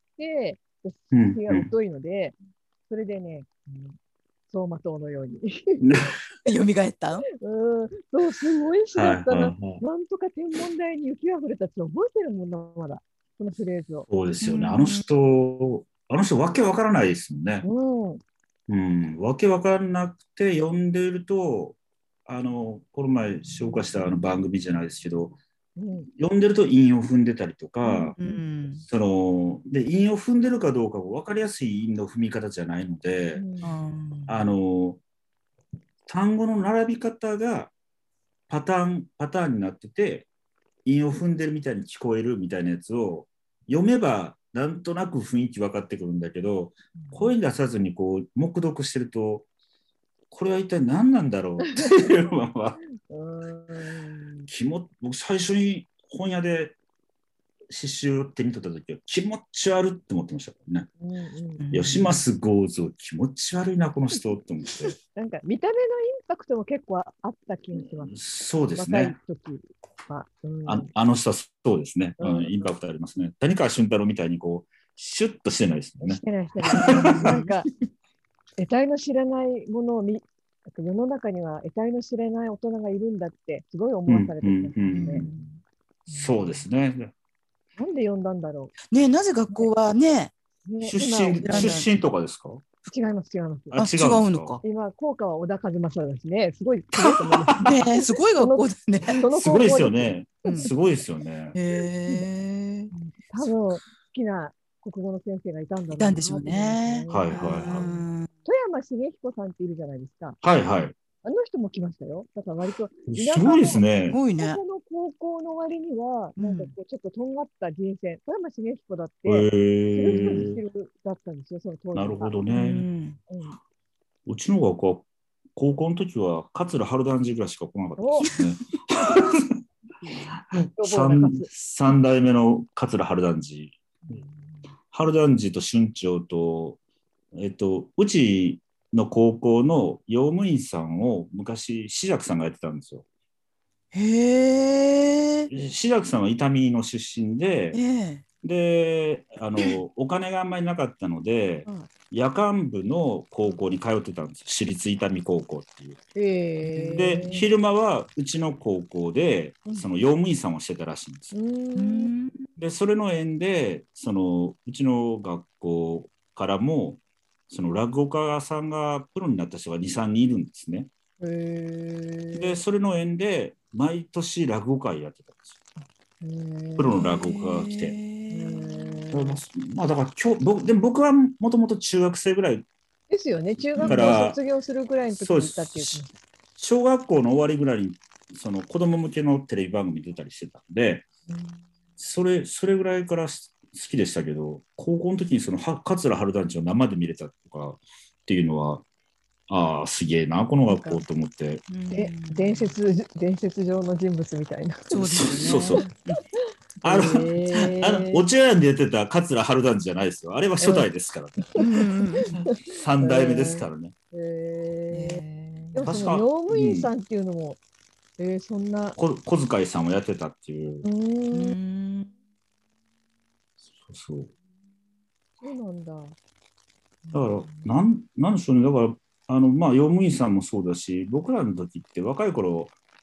気が疎いので、それでね、走馬灯のように。 蘇ったの？ そう、すごい詩だったな。なんとか天文台に雪が降るたち覚えてるもんな、まだ。このフレーズを。 そうですよね。あの人、わけわからないですもんね。わけわからなくて読んでいると、この前紹介した番組じゃないですけど、読んでると韻を踏んでたりとか、韻を踏んでるかどうかが分かりやすい韻の踏み方じゃないので、単語の並び方がパターンになってて、韻を踏んでるみたいに聞こえるみたいなやつを読めばなんとなく雰囲気分かってくるんだけど、声に出さずにこう黙読してると、これは一体何なんだろうっていうのは僕最初に本屋で詩集を手に取った時は気持ち悪って思ってましたからね。吉増剛造気持ち悪いなこの人って思って。 なんか見た目のインパクトも結構あった気がします。 そうですね。 若い時は、 あの人はそうですね、インパクトありますね。谷川俊太郎みたいにこうシュッとしてないですよね。 してない。なんか得体の知らないものを世の中には得体の知れない大人がいるんだってすごい思わされてるんですね。 そうですね。 なんで呼んだんだろう。ね、なぜ学校はね。 出身とかですか？ 違います。 違うのか。 今、校歌は小田和正だしね。すごいと思いますね。すごい学校ですね。 すごいですよね。すごいですよね。 多分、好きな国語の先生がいたんだろうな。 いたんでしょうね。 はい。 富山茂彦さんっているじゃないですか。 はい。 あの人も来ましたよ。だから割とすごいですね。 すごいね。 この高校の割には、なんかこうちょっととんがった人生、富山茂彦だって、知る人だったんですよ、その当時は。 なるほどね。うちの学校は、高校の時は、桂春団治ぐらいしか来なかったですね。3代目の桂春団治。春団治と春長と、うちの高校の用務員さんを昔、志らくさんがやってたんですよ。志らくさんは伊丹の出身で、でお金があんまりなかったので、夜間部の高校に通ってたんですよ。私立伊丹高校っていう。で昼間はうちの高校でその用務員さんをしてたらしいんですよ。でそれの縁でうちの学校からもその落語家さんがプロになった人が 2,3 人いるんですね。でそれの縁で毎年落語会やってたんですよ。プロの落語家が来て。まあだからでも僕はもともと中学生ぐらいですよね。中学校卒業するぐらいの時にいたっていう。 小学校の終わりぐらいにその子供向けのテレビ番組出たりしてたんで、それぐらいから好きでしたけど、高校の時にその桂春団治を生で見れたとかっていうのは、ああすげえなこの学校と思って。 伝説上の人物みたいな。 そうですね。 そうお茶屋でやってた桂春団治じゃないですよ。あれは初代ですからね。3代目ですからね。 でもその用務員さんっていうのも、そんな小遣いさんをやってたっていう。そうなんだ。 だからなんでしょうね。だからまあ用務員さんもそうだし、僕らの時って若い頃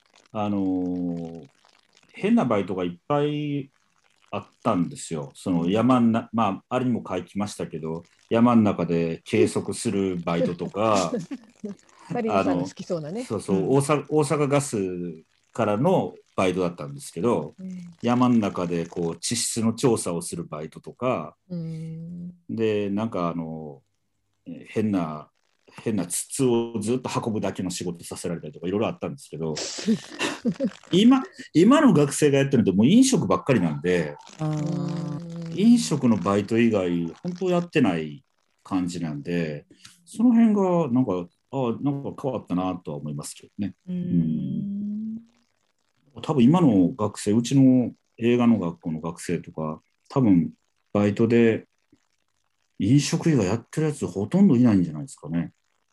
変なバイトがいっぱいあったんですよ。そのまああれにも書きましたけど、山の中で計測するバイトとかカリンさんが好きそうなね。 大阪ガスからのバイトだったんですけど、山の中でこう地質の調査をするバイトとか、でなんか変な筒をずっと運ぶだけの仕事させられたりとかいろいろあったんですけど今の学生がやってるのってもう飲食ばっかりなんで、飲食のバイト以外本当やってない感じなんで、その辺がなんか変わったなとは思いますけどね。多分今の学生、うちの映画の学校の学生とか多分バイトで飲食以外やってるやつほとんどいないんじゃないですかね。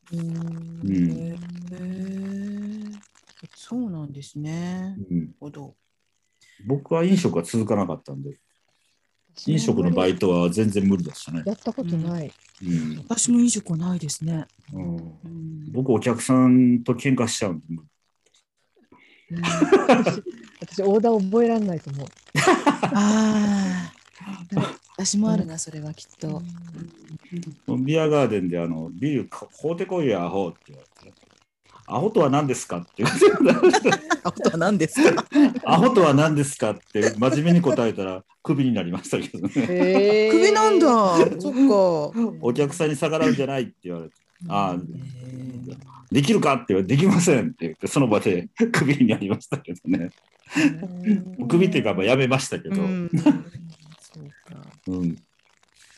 そうなんですね。 僕は飲食は続かなかったんで、飲食のバイトは全然無理でしたね。 やったことない。 私も飲食はないですね。 僕お客さんと喧嘩しちゃうんで。 私オーダー覚えられないと思う。 私もあるな、それはきっと。 ビアガーデンでビール買うてこいよアホって言われて、アホとは何ですかって言われて、 アホとは何ですかアホとは何ですかって真面目に答えたらクビになりましたけどね。 クビなんだ。そっか。 お客さんに逆らうんじゃないって言われて、できるかって言われて、できませんって言ってその場でクビになりましたけどね。クビっていうか辞めましたけど。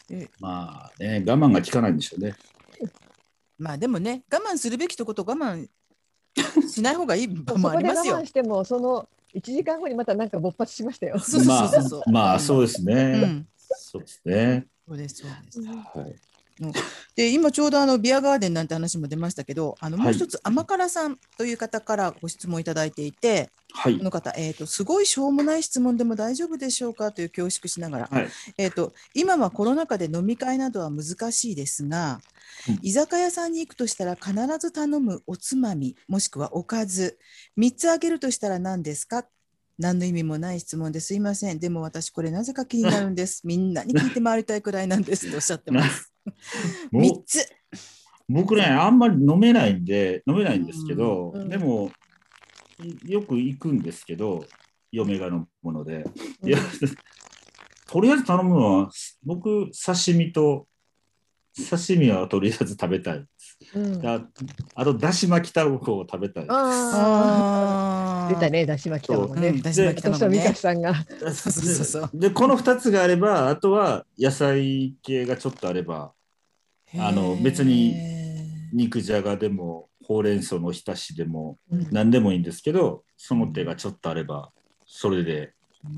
まあね、我慢が効かないんでしょうね。 まあでもね、我慢するべきとこと我慢しない方がいい場もあそこで我りますよ。 慢しても、その1時間後にまたなんか勃発しましたよ。 そうそうそうそう。 まあそうですね。 うん、 そうですね。 そうですそうです。 はい。 で今ちょうどビアガーデンなんて話も出ましたけど、もう一つ甘辛さんという方からご質問いただいていて、 はい、 この方、すごいしょうもない質問でも大丈夫でしょうかという恐縮しながら、はい、今はコロナ禍で飲み会などは難しいですが、居酒屋さんに行くとしたら必ず頼むおつまみもしくはおかず3つあげるとしたら何ですか。何の意味もない質問ですいません。でも私これなぜか気になるんです。みんなに聞いて回りたいくらいなんですとおっしゃってます。3つ。 僕ね、あんまり飲めないんですけど、でもよく行くんですけど、嫁が飲むもので、いやとりあえず頼むのは僕刺身はとりあえず食べたいです。あとだし巻き卵を食べたいです。 出たね、だし巻き卵ね。 だし巻き卵ね。 ミカさんが。 でこの2つがあれば、あとは野菜系がちょっとあれば、別に肉じゃがでもほうれん草のおひたしでも何でもいいんですけど、その手がちょっとあればそれで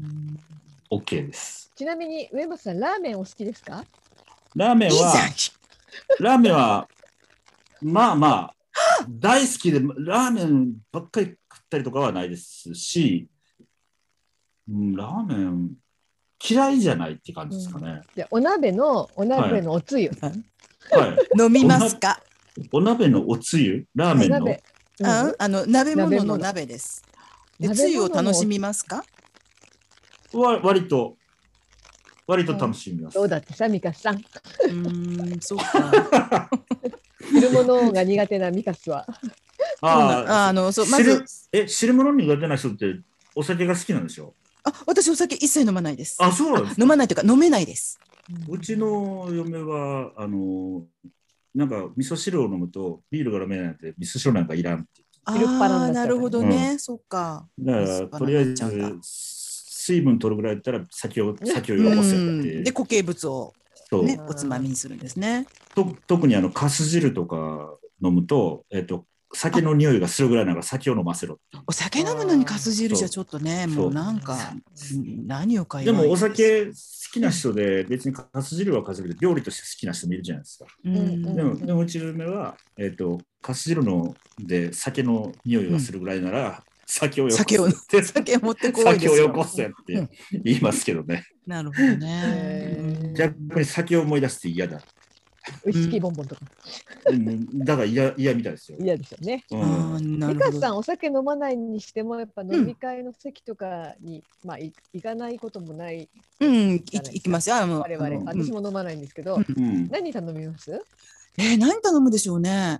OK です。 ちなみに上松さん、ラーメンお好きですか？ ラーメンはまあまあ大好きで、ラーメンばっかり食ったりとかはないですし、ラーメン嫌いじゃないって感じですかね。 じゃお鍋のおつゆ、 飲みますか？ お鍋のおつゆ、ラーメンの鍋物の鍋です。でつゆを楽しみますか？ 割と楽しみます。 そうだってさ、ミカさん。 そうか。 汁物が苦手なミカスは。 汁物苦手な人ってお酒が好きなんでしょ？ 私お酒一切飲まないです。 そうなんですか？ 飲まないというか飲めないです。 うちの嫁はなんか味噌汁を飲むとビールが飲めないので味噌汁なんかいらんって。 なるほどね、そっか。 だからとりあえず水分取るぐらいだったら酒をよこせって。 で固形物をおつまみにするんですね。 特にかす汁とか飲むと酒の匂いがするぐらいなら酒を飲ませろ。 お酒飲むのにかす汁じゃちょっとね、もうなんか何をかでもお酒好きな人で別にかす汁はかす汁で料理として好きな人もいるじゃないですか。でもうちの嫁はかす汁ので酒の匂いがするぐらいなら酒をよこせ酒持ってこい酒をよこせって言いますけどね。 なるほどね。 逆に酒を思い出して嫌だ。 ウイスキーボンボンとか。 だから嫌みたいですよ。 嫌ですよね。ミカさん、お酒飲まないにしても、やっぱ飲み会の席とかに、行かないこともない。 行きますよ。 我々、私も飲まないんですけど、何頼みます？ 何頼むでしょうね。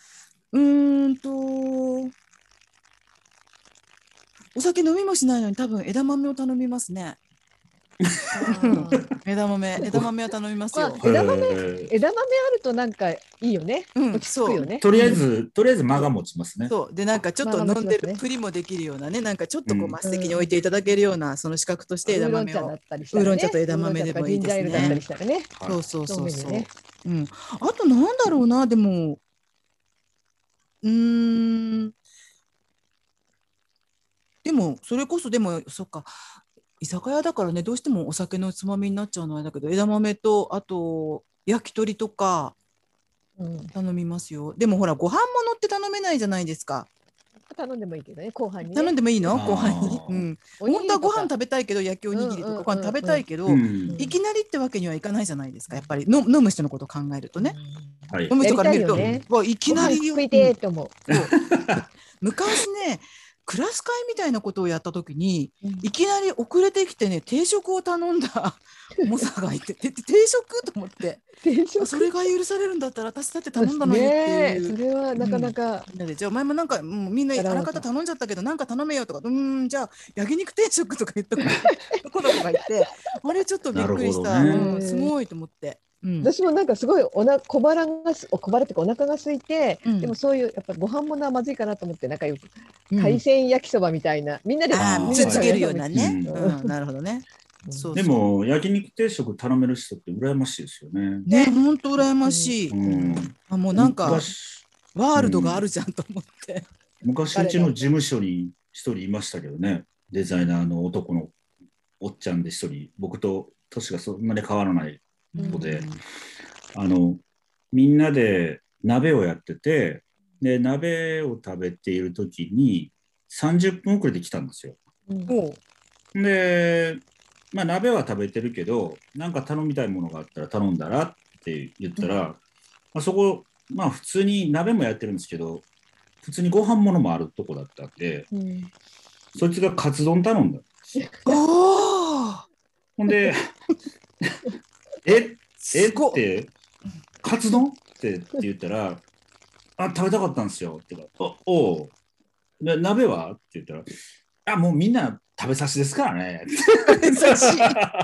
お酒飲みもしないのに多分枝豆を頼みますね。枝豆は頼みますよ。 枝豆あるとなんかいいよね。落ち着くよね。 とりあえず間が持ちますね。 そうでなんかちょっと飲んでるプリもできるようなね、なんかちょっと末席に置いていただけるようなその資格として枝豆をウーロン茶と枝豆でもいいですね。そう。あとなんだろうな、でもでもそれこそそっか。居酒屋だからね、どうしてもお酒のつまみになっちゃうのはだけど、枝豆とあと焼き鳥とか頼みますよ。でもほらご飯物って頼めないじゃないですか。 頼んでもいいけどね、後半に、 頼んでもいいの？後半に。本当はご飯食べたいけど、焼きおにぎりとかご飯食べたいけど、いきなりってわけにはいかないじゃないですか。やっぱり飲む人のことを考えるとね。飲む人から見ると、いきなり食いてーって思う。 昔ね。クラス会みたいなことをやったときに、いきなり遅れてきてね、定食を頼んだ重さがいて、定食と思って、それが許されるんだったら私だって頼んだのにっていう。 それはなかなか。 じゃあお前もなんかみんなあらかた頼んじゃったけどなんか頼めよとか、じゃあ焼肉定食とか言った子がいて、あれちょっとびっくりした。すごいと思って。 私もなんかすごい小腹っていうかお腹が空いて、でもそういうやっぱご飯ものはまずいかなと思って仲良く海鮮焼きそばみたいなみんなでつけるようなね。なるほどね。 そうでも焼肉定食頼める人って羨ましいですよね。 ね、本当羨ましい。もうなんかワールドがあるじゃんと思って。 昔うちの事務所に一人いましたけどね、デザイナーの男のおっちゃんで一人、僕と年がそんなに変わらない子で、みんなで鍋をやってて、で鍋を食べている時に30分遅れて来たんですよ。で、まあ、鍋は食べてるけど、なんか頼みたいものがあったら頼んだらって言ったら、まあ、そこ、まあ普通に鍋もやってるんですけど、普通にご飯ものもあるとこだったんで、そいつがカツ丼頼んだんですよ。ほんで、ってカツ丼って言ったら、食べたかったんですよって言ったら、おう、鍋はって言ったら、もうみんな食べさしですからね。食べさし。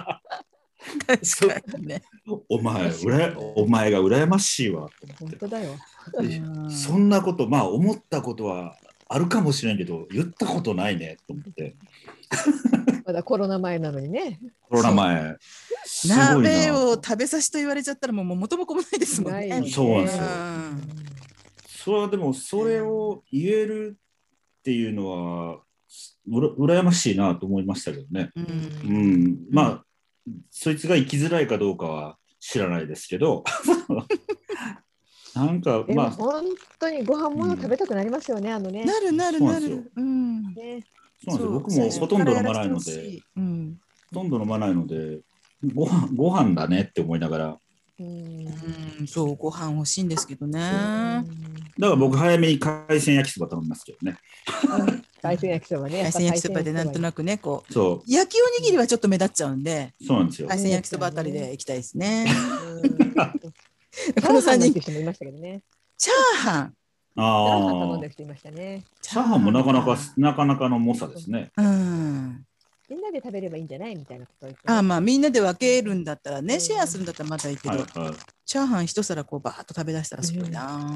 お前が羨ましいわ。 本当だよ。 そんなこと、まあ思ったことはあるかもしれんけど、言ったことないねと思って。 まだコロナ前なのにね。 コロナ前。 鍋を食べさしと言われちゃったらもう元も子もないですもんね。 そうなんですよ。それはでもそれを言えるっていうのは羨ましいなと思いましたけどね。まあそいつが生きづらいかどうかは知らないですけどなんかまあ本当にご飯もの食べたくなりますよね、 なる。そうなんですよ。僕もほとんど飲まないので、ご飯だねって思いながら。 そう、ご飯欲しいんですけどね。だから僕早めに海鮮焼きそば頼みますけどね。 海鮮焼きそばね。 海鮮焼きそばでなんとなくね、こう焼きおにぎりはちょっと目立っちゃうんで、 そうなんですよ。 海鮮焼きそばあたりで行きたいですね。 この3人って人もいましたけどね。 チャーハン。 頼んでる人いましたね。 チャーハンもなかなかの猛者ですね。 みんなで食べればいいんじゃないみたいなことを言って。 まあみんなで分けるんだったらね、シェアするんだったらまだいいけど、チャーハン一皿こうバーッと食べ出したらすごいな。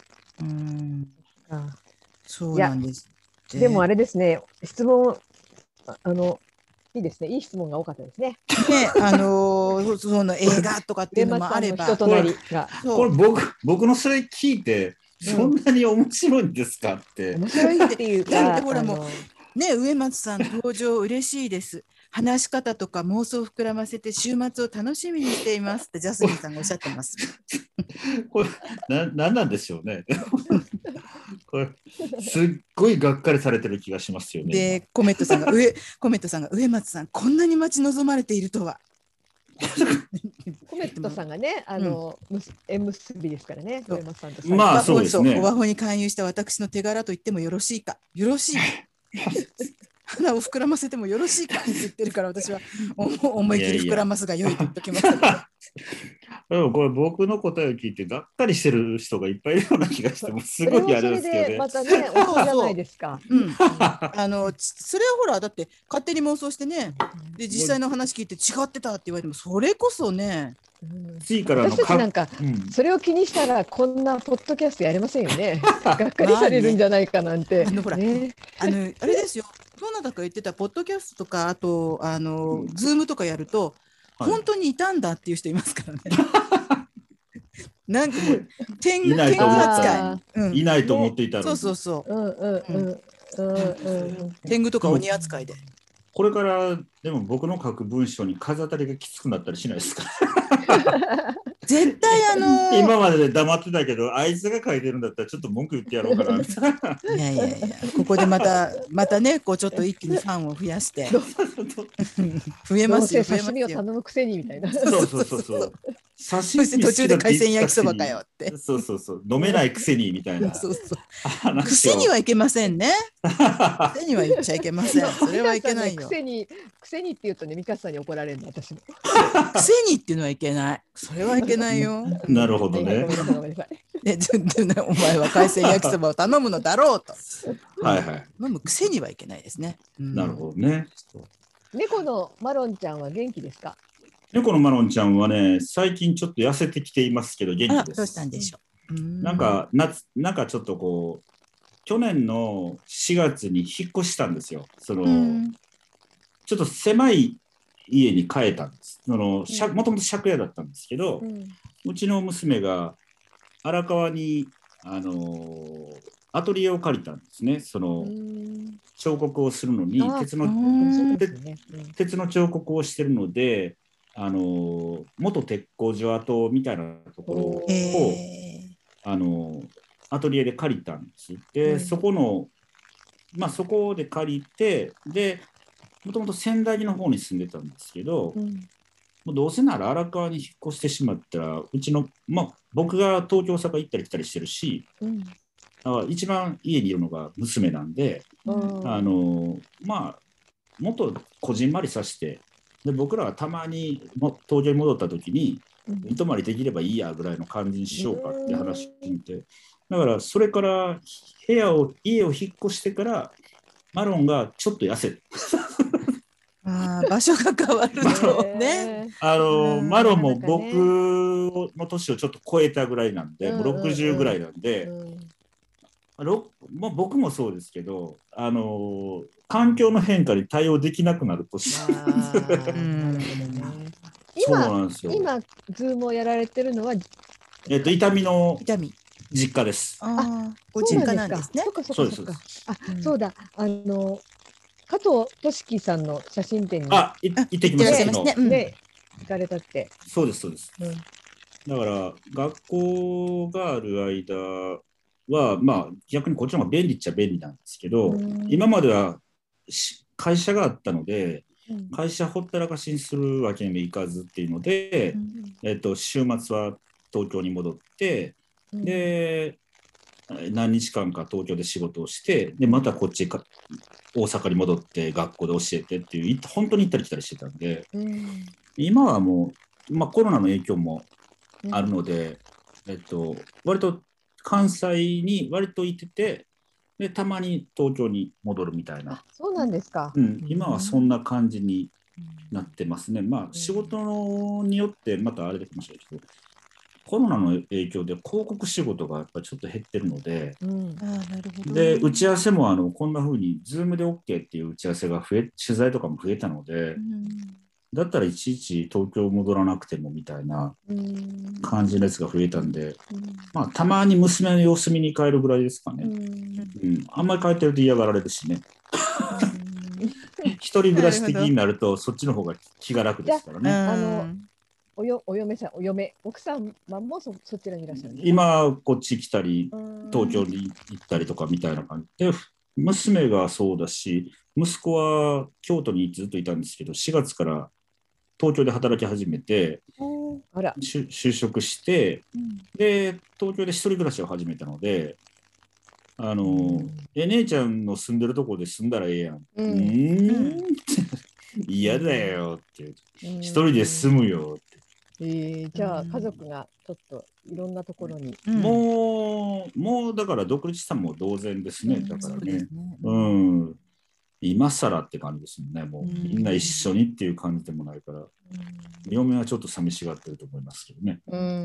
そうなんです。 でもあれですね、質問いいですね、いい質問が多かったですね。 その映画とかっていうのもあれば、 これ僕のそれ聞いてそんなに面白いんですかって。 面白いっていうか、 ほらもうね、植松さん登場嬉しいです。話し方とか妄想を膨らませて週末を楽しみにしていますってジャスミンさんがおっしゃってます。 これ何なんでしょうね。これすっごいがっかりされてる気がしますよね。 でコメントさんが植松さんこんなに待ち望まれているとは。 コメントさんがね、縁結びですからね、植松さんと。 まあそうですね。 オワホに勧誘した私の手柄と言ってもよろしいか。よろしい。花を膨らませてもよろしいかって言ってるから私は思い切り膨らますが良いと言ってきましたけど。 でもこれ僕の答えを聞いてがっかりしてる人がいっぱいいるような気がしてもすごいあれですけどね。 またね、おじゃないですか。 それはほらだって勝手に妄想してね、で実際の話聞いて違ってたって言われてもそれこそね。 私たちなんかそれを気にしたらこんなポッドキャストやれませんよね。がっかりされるんじゃないかなんて。 ほらあれですよ。どなたか言ってたポッドキャストとかあとズームとかやると本当にいたんだっていう人いますからね。なんかもう天狗扱い。いないと思っていたの。 そう。天狗とか鬼扱いで。 これからでも僕の書く文章に風当たりがきつくなったりしないですか。 絶対今までで黙ってたけどあいつが書いてるんだったらちょっと文句言ってやろうかなみたいな。 いやここでまたねこうちょっと一気にファンを増やして増えますよ。 刺身を頼むくせにみたいな。 そう。刺身途中で海鮮焼きそばかよって。 そう飲めないくせにみたいな。 くせにはいけませんね。くせには言っちゃいけません。それはいけないよ。 くせにって言うとね、ミカさんに怒られるの私も。 くせにっていうのはいけない。それはいけないよ。 なるほどね。 お前は海鮮焼きそばを頼むのだろうと。 飲むくせにはいけないですね。 なるほどね。 猫のマロンちゃんは元気ですか？ 猫のマロンちゃんはね、最近ちょっと痩せてきていますけど元気です。 どうしたんでしょう。 なんかちょっとこう去年の4月に引っ越したんですよ。ちょっと狭い家に変えたんです。もともと借家だったんですけど、うちの娘が荒川にアトリエを借りたんですね。彫刻をするのに鉄の彫刻をしてるので、元鉄工所跡みたいなところをアトリエで借りたんです。で、そこで借りて、でもともと仙台の方に住んでたんですけど、もうどうせなら荒川に引っ越してしまったら、うちの、僕が東京大阪行ったり来たりしてるし、一番家にいるのが娘なんで、もっとこじんまりさせて、で僕らはたまに東京に戻った時に寝泊まりできればいいやぐらいの感じにしようかって話聞いて、だからそれから家を引っ越してからマロンがちょっと痩せて場所が変わるとね。 マロンも僕の年をちょっと超えたぐらいなんで、もう60ぐらいなんで、僕もそうですけど、環境の変化に対応できなくなる年。 今、ズームをやられてるのは、 伊丹の実家です。 ご実家なんですね。 そうです。そうだ、加藤俊樹さんの写真展に行ってきましたね。行かれたって。 そうです。だから学校がある間は逆にこっちの方が便利っちゃ便利なんですけど、今までは会社があったので、会社ほったらかしにするわけにもいかずっていうので、週末は東京に戻って、で何日間か東京で仕事をして、でまたこっち大阪に戻って学校で教えてっていう、本当に行ったり来たりしてたんで、今はもう、コロナの影響もあるので、割と関西に割と行ってて、でたまに東京に戻るみたいな。 そうなんですか。 今はそんな感じになってますね。仕事によってまたあれでかもしれないけど、コロナの影響で広告仕事がやっぱりちょっと減ってるので、で打ち合わせもこんな風に Zoom で OK っていう打ち合わせが取材とかも増えたので、だったらいちいち東京戻らなくてもみたいな感じのやつが増えたんで、たまに娘の様子見に帰るぐらいですかね。あんまり帰ってると嫌がられるしね。一人暮らし的になるとそっちの方が気が楽ですからね。 奥さんもそちらにいらっしゃるんですか？ 今こっち来たり東京に行ったりとかみたいな感じで、娘がそうだし、息子は京都にずっといたんですけど、4月から東京で働き始めて、就職して、で東京で一人暮らしを始めたので、姉ちゃんの住んでるところで住んだらええやん。嫌だよって、一人で住むよって。 じゃあ家族がちょっといろんなところに、 もうだから独立したも同然ですね。だからね、今更って感じですもんね。もうみんな一緒にっていう感じでもないから、嫁はちょっと寂しがってると思いますけどね。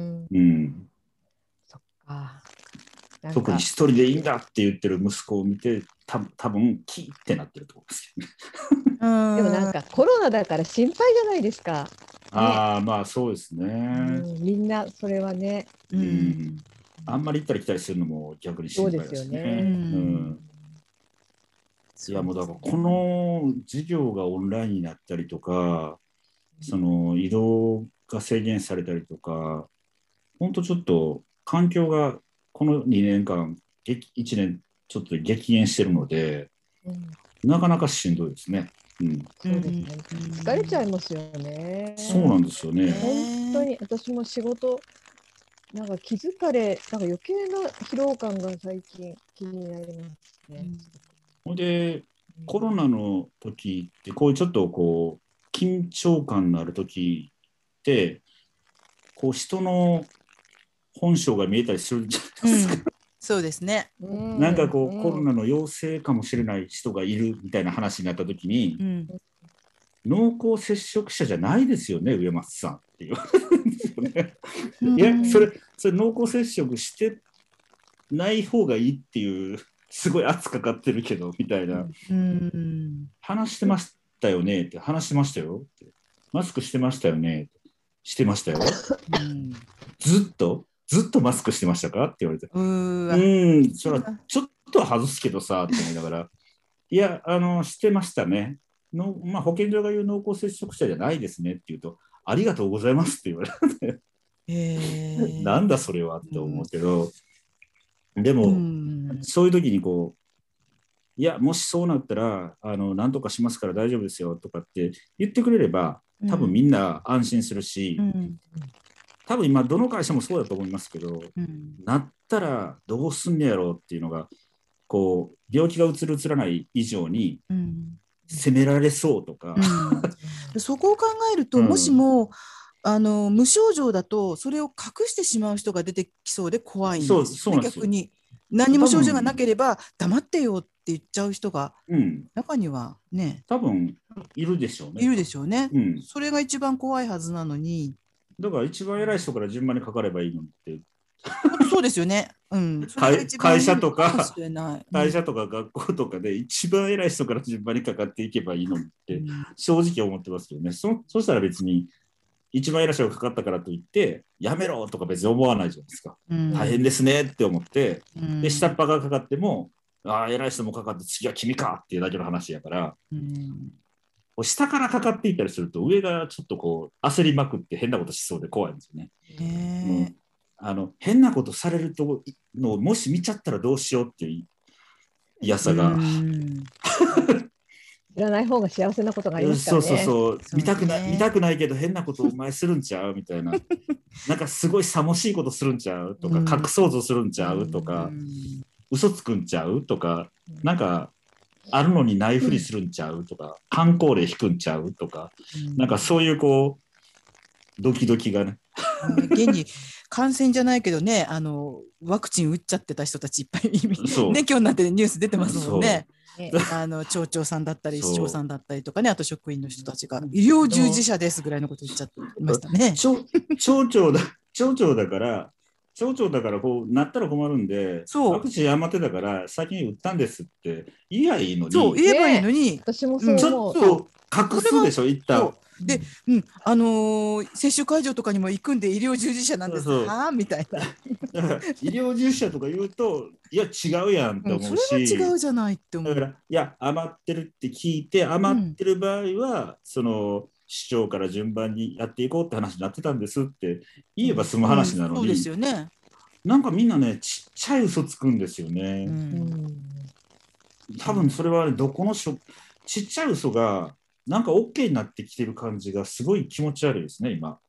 そっか。 特に一人でいいんだって言ってる息子を見て、多分キーってなってると思いますけどね。でもなんかコロナだから心配じゃないですか。 そうですね。 みんなそれはね。 あんまり行ったり来たりするのも逆に心配ですね。いやもうだからこの授業がオンラインになったりとか、その移動が制限されたりとか、本当ちょっと環境がこの2年間、1年ちょっと激減してるので、なかなかしんどいですね。 そうですね。疲れちゃいますよね。 そうなんですよね。 本当に私も仕事、なんか気疲れ、なんか余計な疲労感が最近気になりますね。 ほんで、コロナの時って、こういうちょっとこう、緊張感のある時って、こう人の本性が見えたりするじゃないですか。 そうですね。 なんかこう、コロナの陽性かもしれない人がいるみたいな話になった時に、濃厚接触者じゃないですよね、植松さんって言われるんですよね。いや、それ濃厚接触してない方がいいっていう、すごい圧かかってるけどみたいな、話してましたよねって、話してましたよって。 マスクしてましたよね。してましたよ。 うん、 ずっとマスクしてましたかって言われて。それはちょっとは外すけどさ、って思いながら。いや、してましたね。まあ、保健所が言う濃厚接触者じゃないですねって言うと、ありがとうございますって言われて。なんだそれはって思うけど、でも、そういう時にこう、いや、もしそうなったら、なんとかしますから大丈夫ですよとかって言ってくれれば、多分みんな安心するし、多分今、どの会社もそうだと思いますけど、なったらどうすんねやろうっていうのが、こう、病気がうつるうつらない以上に、責められそうとか。 そこを考えると、もしも、無症状だと、それを隠してしまう人が出てきそうで怖いんですよね、逆に。何も症状がなければ、黙ってよって言っちゃう人が、中にはね、 多分いるでしょうね。 いるでしょうね。それが一番怖いはずなのに。 だから一番偉い人から順番にかかればいいのって。 そうですよね。 会社とか学校とかで一番偉い人から順番にかかっていけばいいのって、正直思ってますけどね。そしたら別に一番偉い人がかかったからといってやめろとか別に思わないじゃないですか。大変ですねって思って、で下っ端がかかっても、ああ偉い人もかかって次は君かっていうだけの話やから、下からかかっていったりすると上がちょっとこう焦りまくって変なことしそうで怖いんですよね。変なことされるとのをもし見ちゃったらどうしようっていう嫌さが知らない方が幸せなことがありますからね。 そう見たくないけど変なことお前するんちゃうみたいななんかすごいさもしいことするんちゃうとか隠そうとするんちゃうとか嘘つくんちゃうとかなんかあるのにないふりするんちゃうとか箝口令引くんちゃうとかなんかそういうこうドキドキがね現に感染じゃないけどね、ワクチン打っちゃってた人たちいっぱいね、今日になってニュース出てますもんね。町長さんだったり市長さんだったりとかね、あと職員の人たちが医療従事者ですぐらいのこと言っちゃってましたね。 町長だからこうなったら困るんで、ワクチン余ってたから先に打ったんですって言えばいいのに、 そう言えばいいのに、 私もそう思う。ちょっと隠すでしょ一旦。 で、接種会場とかにも行くんで医療従事者なんですはみたいな。 だから医療従事者とか言うといや違うやんって思うし、 それは違うじゃないって思う。 だからいや余ってるって聞いて余ってる場合は、その市長から順番にやっていこうって話になってたんですって言えば済む話なのに、 そうですよね。 なんかみんなねちっちゃい嘘つくんですよね。多分それは、ね、どこのちっちゃい嘘がなんか OK になってきてる感じがすごい気持ち悪いですね今。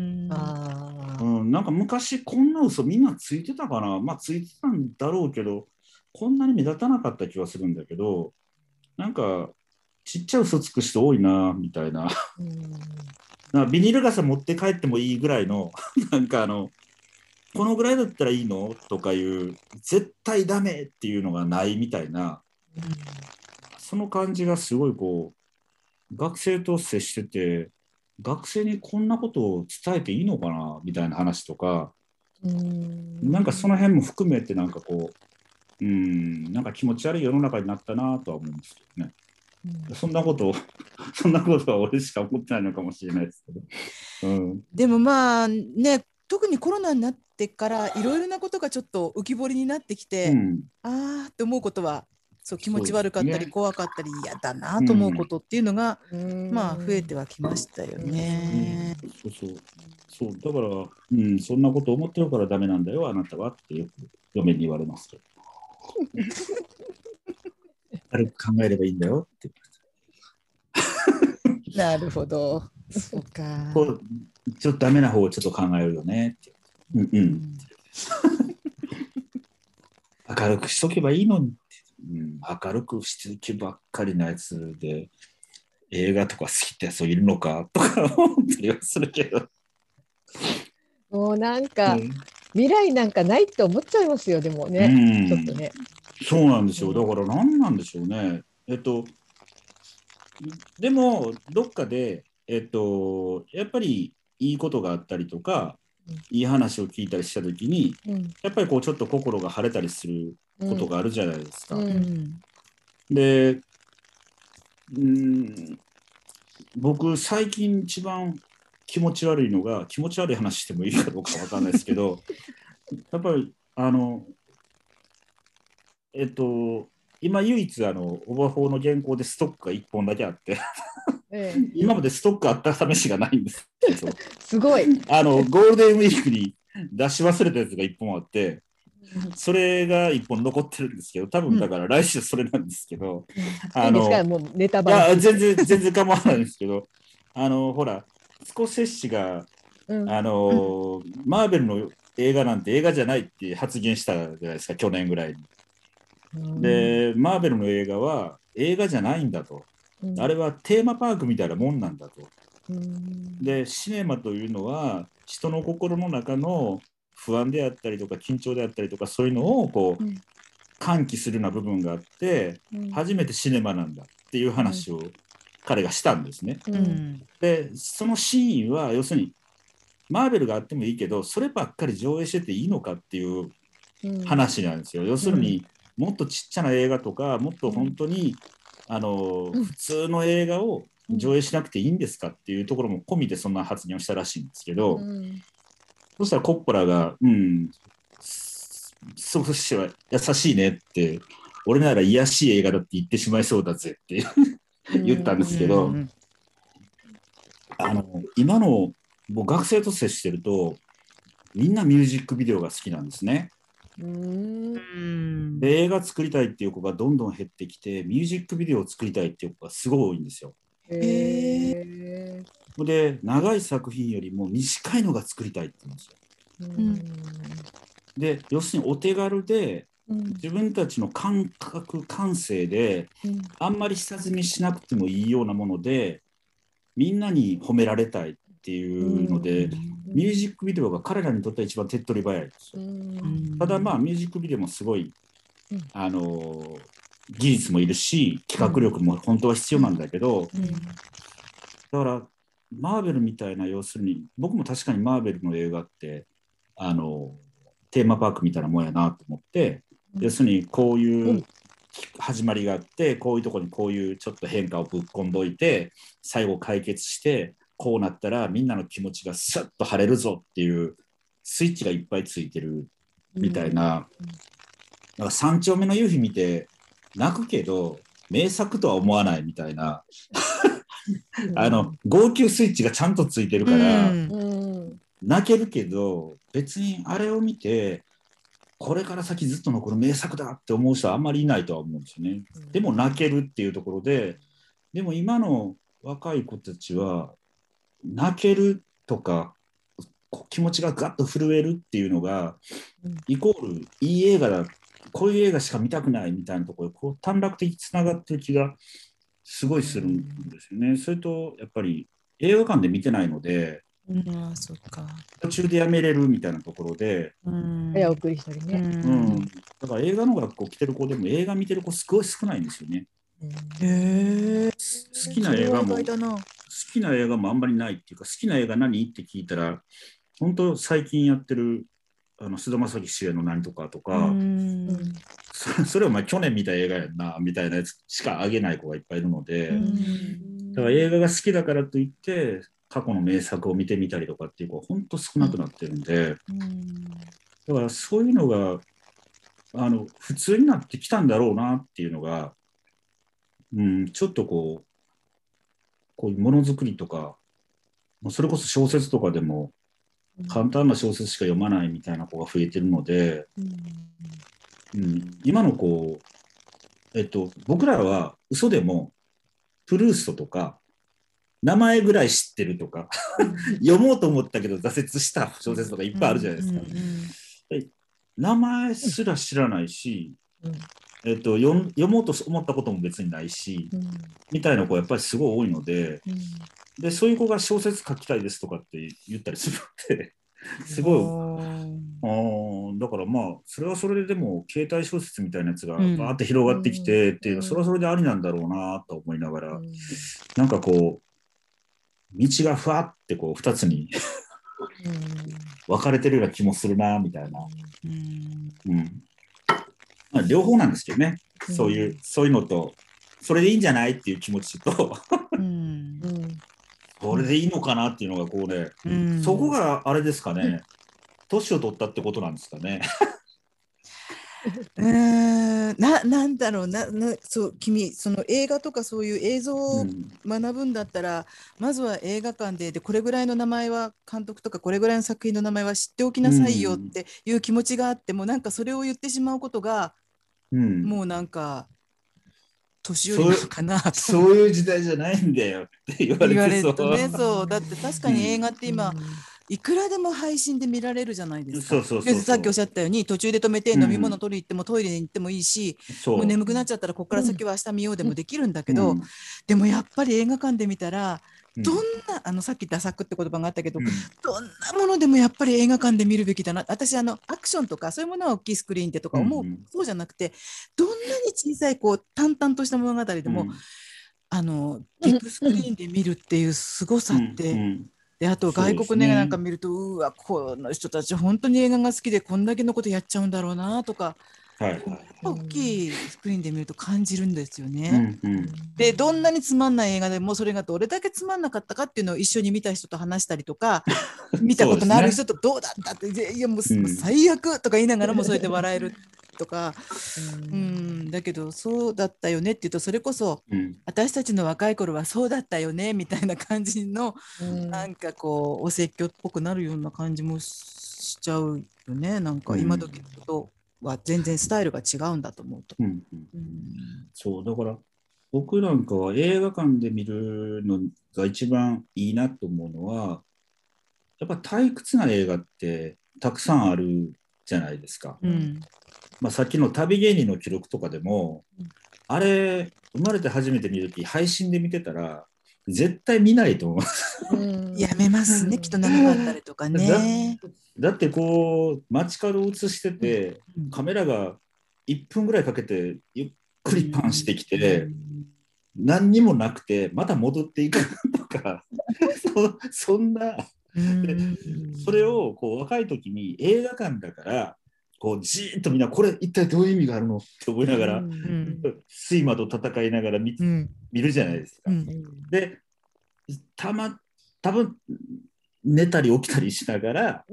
なんか昔こんな嘘みんなついてたかな、まあついてたんだろうけどこんなに目立たなかった気がするんだけど、なんかちっちゃい嘘つく人多いなみたいな。なんかビニール傘持って帰ってもいいぐらいのなんかこのぐらいだったらいいのとかいう絶対ダメっていうのがないみたいな、その感じがすごいこう学生と接してて学生にこんなことを伝えていいのかなみたいな話とか、なんかその辺も含めてなんかこうなんか気持ち悪い世の中になったなとは思いますけどね。そんなことは俺しか思ってないのかもしれないですけど、 でもまあね、特にコロナになってからいろいろなことがちょっと浮き彫りになってきて、ああって思うことはそう気持ち悪かったり怖かったり嫌だなと思うことっていうのが、まあ増えてはきましたよね。 そうだから、そんなこと思ってるからダメなんだよあなたはってよく嫁に言われますけど軽く考えればいいんだよってなるほど。そうか。 こうちょっとダメな方をちょっと考えるよねって。明るくしとけばいいのにって、明るくしておけばっかりなやつで映画とか好きってやついるのかとか思ったりはするけど。 もうなんか、未来なんかないって思っちゃいますよ、でもね、ちょっとね。 そうなんですよ。だから何なんでしょうね。でもどっかでやっぱりいいことがあったりとか、いい話を聞いたりしたときに、やっぱりこうちょっと心が晴れたりすることがあるじゃないですか。で、 僕最近一番気持ち悪いのが、気持ち悪い話してもいいかどうかわかんないですけどやっぱり今唯一オーバーフォーの原稿でストックが1本だけあって今までストックあった試しがないんですけどすごい。 ゴールデンウィークに出し忘れたやつが1本あって、それが1本残ってるんですけど、多分だから来週それなんですけど、 いいですか、もうネタバレ。 いや全然構わないんですけど、ほらスコセッシが、マーベルの映画なんて映画じゃないって発言したじゃないですか、去年ぐらいに。でマーベルの映画は映画じゃないんだと、あれはテーマパークみたいなもんなんだと。でシネマというのは人の心の中の不安であったりとか緊張であったりとか、そういうのをこう、喚起するような部分があって、初めてシネマなんだっていう話を彼がしたんですね。でそのシーンは要するにマーベルがあってもいいけど、そればっかり上映してていいのかっていう話なんですよ。要するにもっとちっちゃな映画とか、もっと本当に普通の映画を上映しなくていいんですかっていうところも込みでそんな発言をしたらしいんですけど、そしたらコッポラがそうしては優しいねって、俺なら癒しい映画だって言ってしまいそうだぜって言ったんですけど、今の僕学生と接してるとみんなミュージックビデオが好きなんですね。で映画作りたいっていう子がどんどん減ってきて、ミュージックビデオを作りたいっていう子がすごい多いんですよ。で長い作品よりも短いのが作りたいって言うんですよ。で要するにお手軽で自分たちの感性であんまり下積みしなくてもいいようなものでみんなに褒められたいっていうので、ミュージックビデオが彼らにとっては一番手っ取り早いですよ。ただまあミュージックビデオもすごい技術もいるし企画力も本当は必要なんだけど、だからマーベルみたいな、要するに僕も確かにマーベルの映画ってテーマパークみたいなもんやなと思って、要するにこういう始まりがあって、こういうところにこういうちょっと変化をぶっ込んどいて最後解決してこうなったらみんなの気持ちがスッと晴れるぞっていうスイッチがいっぱいついてるみたいな、だから三丁目の夕日見て泣くけど名作とは思わないみたいな号泣スイッチがちゃんとついてるから、泣けるけど別にあれを見てこれから先ずっと残る名作だって思う人はあんまりいないとは思うんですよね。でも泣けるっていうところで、でも今の若い子たちは泣けるとか気持ちがガッと震えるっていうのがイコールいい映画だ、こういう映画しか見たくないみたいなところでこう短絡的につながってる気がすごいするんですよね。それとやっぱり映画館で見てないので、 そっか、 途中でやめれるみたいなところで、 早送りしたりね、 だから映画の学校来てる子でも映画見てる子すごい少ないんですよね。好きな映画もあんまりないっていうか、好きな映画何って聞いたら本当最近やってる菅田将暉主演の何とかとか、それを去年見た映画やんなみたいなやつしかあげない子がいっぱいいるので、だから映画が好きだからといって過去の名作を見てみたりとかっていう子は本当少なくなってるんで、だからそういうのが普通になってきたんだろうなっていうのが、ちょっとこういうものづくりとか、それこそ小説とかでも簡単な小説しか読まないみたいな子が増えてるので、今の子、僕らは嘘でもプルーストとか名前ぐらい知ってるとか読もうと思ったけど挫折した小説とかいっぱいあるじゃないですか。名前すら知らないし、読もうと思ったことも別にないし、みたいな子やっぱりすごい多いので、でそういう子が小説書きたいですとかって言ったりするのですごい、だからまあそれはそれででも携帯小説みたいなやつがバーって広がってきてっていう、それはそれでありなんだろうなと思いながら、なんかこう道がふわってこう2つに分かれてるような気もするなみたいな、まあ、両方なんですけどね、そういうのとそれでいいんじゃないっていう気持ちとこれでいいのかなっていうのがこうね、そこがあれですかね、年を取ったってことなんですかね。 なんだろうそう君その映画とかそういう映像を学ぶんだったら、まずは映画館でこれぐらいの名前は監督とかこれぐらいの作品の名前は知っておきなさいよっていう気持ちがあっても、なんかそれを言ってしまうことが、もうなんか年寄りなのかなとそういう時代じゃないんだよって言われるとね。そうだって確かに映画って今、いくらでも配信で見られるじゃないですか。さっきおっしゃったように途中で止めて飲み物取り行ってもトイレに行ってもいいし、もう眠くなっちゃったらここから先は明日見ようでもできるんだけど、でもやっぱり映画館で見たらどんなさっきダサックって言葉があったけど、どんなものでもやっぱり映画館で見るべきだな。私アクションとかそういうものは大きいスクリーンでとか思う、そうじゃなくて、どんなに小さい淡々とした物語でも、ビッグスクリーンで見るっていう凄さって、であと外国の映画なんか見ると、うわこの人たち本当に映画が好きでこんだけのことやっちゃうんだろうなとか、大きいスクリーンで見ると感じるんですよね。でどんなにつまんない映画でもそれがどれだけつまんなかったかっていうのを一緒に見た人と話したりとか見たことのある人とどうだったって、いやもう最悪とか言いながらもそれで笑えるとか、だけどそうだったよねって言うと、それこそ、私たちの若い頃はそうだったよねみたいな感じの、なんかこうお説教っぽくなるような感じもしちゃうよね。なんか今時のことは全然スタイルが違うんだと思うと。 そうだから僕なんかは映画館で見るのが一番いいなと思うのは、やっぱ退屈な映画ってたくさんあるじゃないですか。さっきの旅芸人の記録とかでも、あれ生まれて初めて見るとき配信で見てたら絶対見ないと思う。やめますね、きっと長かったりとかね。 だってこう街角映してて、カメラが1分ぐらいかけてゆっくりパンしてきて、何にもなくてまた戻っていくとかそんなそれをこう若い時に映画館だからこうじーっとみんなこれ一体どういう意味があるのって思いながら、睡魔と戦いながら見るじゃないですか。で多分寝たり起きたりしながら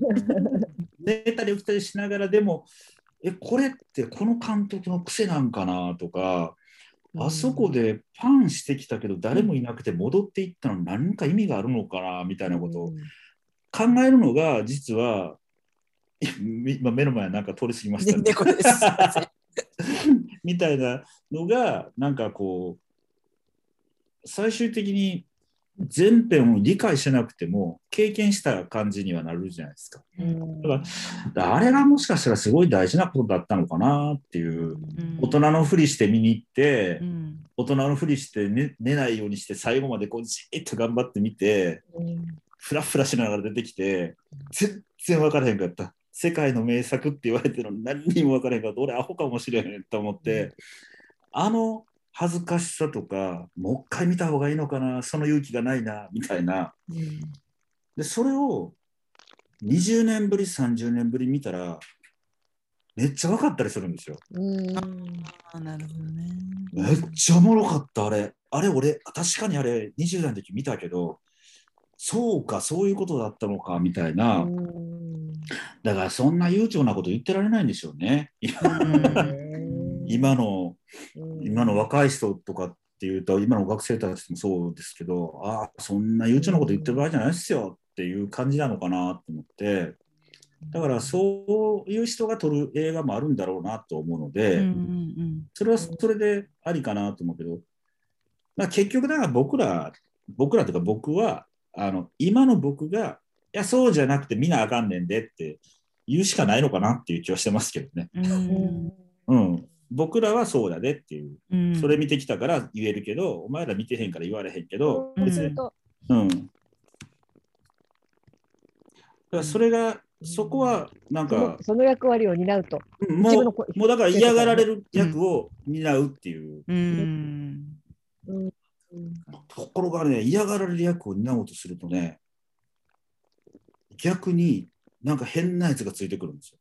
でもこれってこの監督の癖なんかなとか、あそこでパンしてきたけど誰もいなくて戻っていったの何か意味があるのかなみたいなことを考えるのが、実は今目の前なんか通り過ぎましたね。猫ですみたいなのがなんかこう最終的に全編を理解しなくても経験した感じにはなるじゃないですか。だからあれがもしかしたらすごい大事なことだったのかなっていう、大人のふりして見に行って、大人のふりして、寝ないようにして最後までこうじーっと頑張ってみて、フラフラしながら出てきて全然分からへんかった。世界の名作って言われてるのに何にも分からへんかった。俺アホかもしれへんと思って、恥ずかしさとか、もう一回見た方がいいのかな、その勇気がないなみたいな、でそれを20年ぶり30年ぶり見たらめっちゃ分かったりするんですよ。 なるほどね。 めっちゃおもろかった。あれ俺確かにあれ20代の時見たけど、そうかそういうことだったのかみたいな。だからそんな悠長なこと言ってられないんでしょうね。今の若い人とかっていうと、今の学生たちもそうですけど、そんな悠長なこと言ってる場合じゃないですよっていう感じなのかなと思って、だからそういう人が撮る映画もあるんだろうなと思うので、それはそれでありかなと思うけど、結局だから僕らというか僕は今の僕がいやそうじゃなくて見なあかんねんでって言うしかないのかなっていう気はしてますけどね。僕らはそうだねっていう、それ見てきたから言えるけど、お前ら見てへんから言われへんけど、別にだからそれがそこはなんかその役割を担うと、 もうだから嫌がられる役を担うっていう、ところがね、嫌がられる役を担おうとするとね、逆になんか変なやつがついてくるんですよ。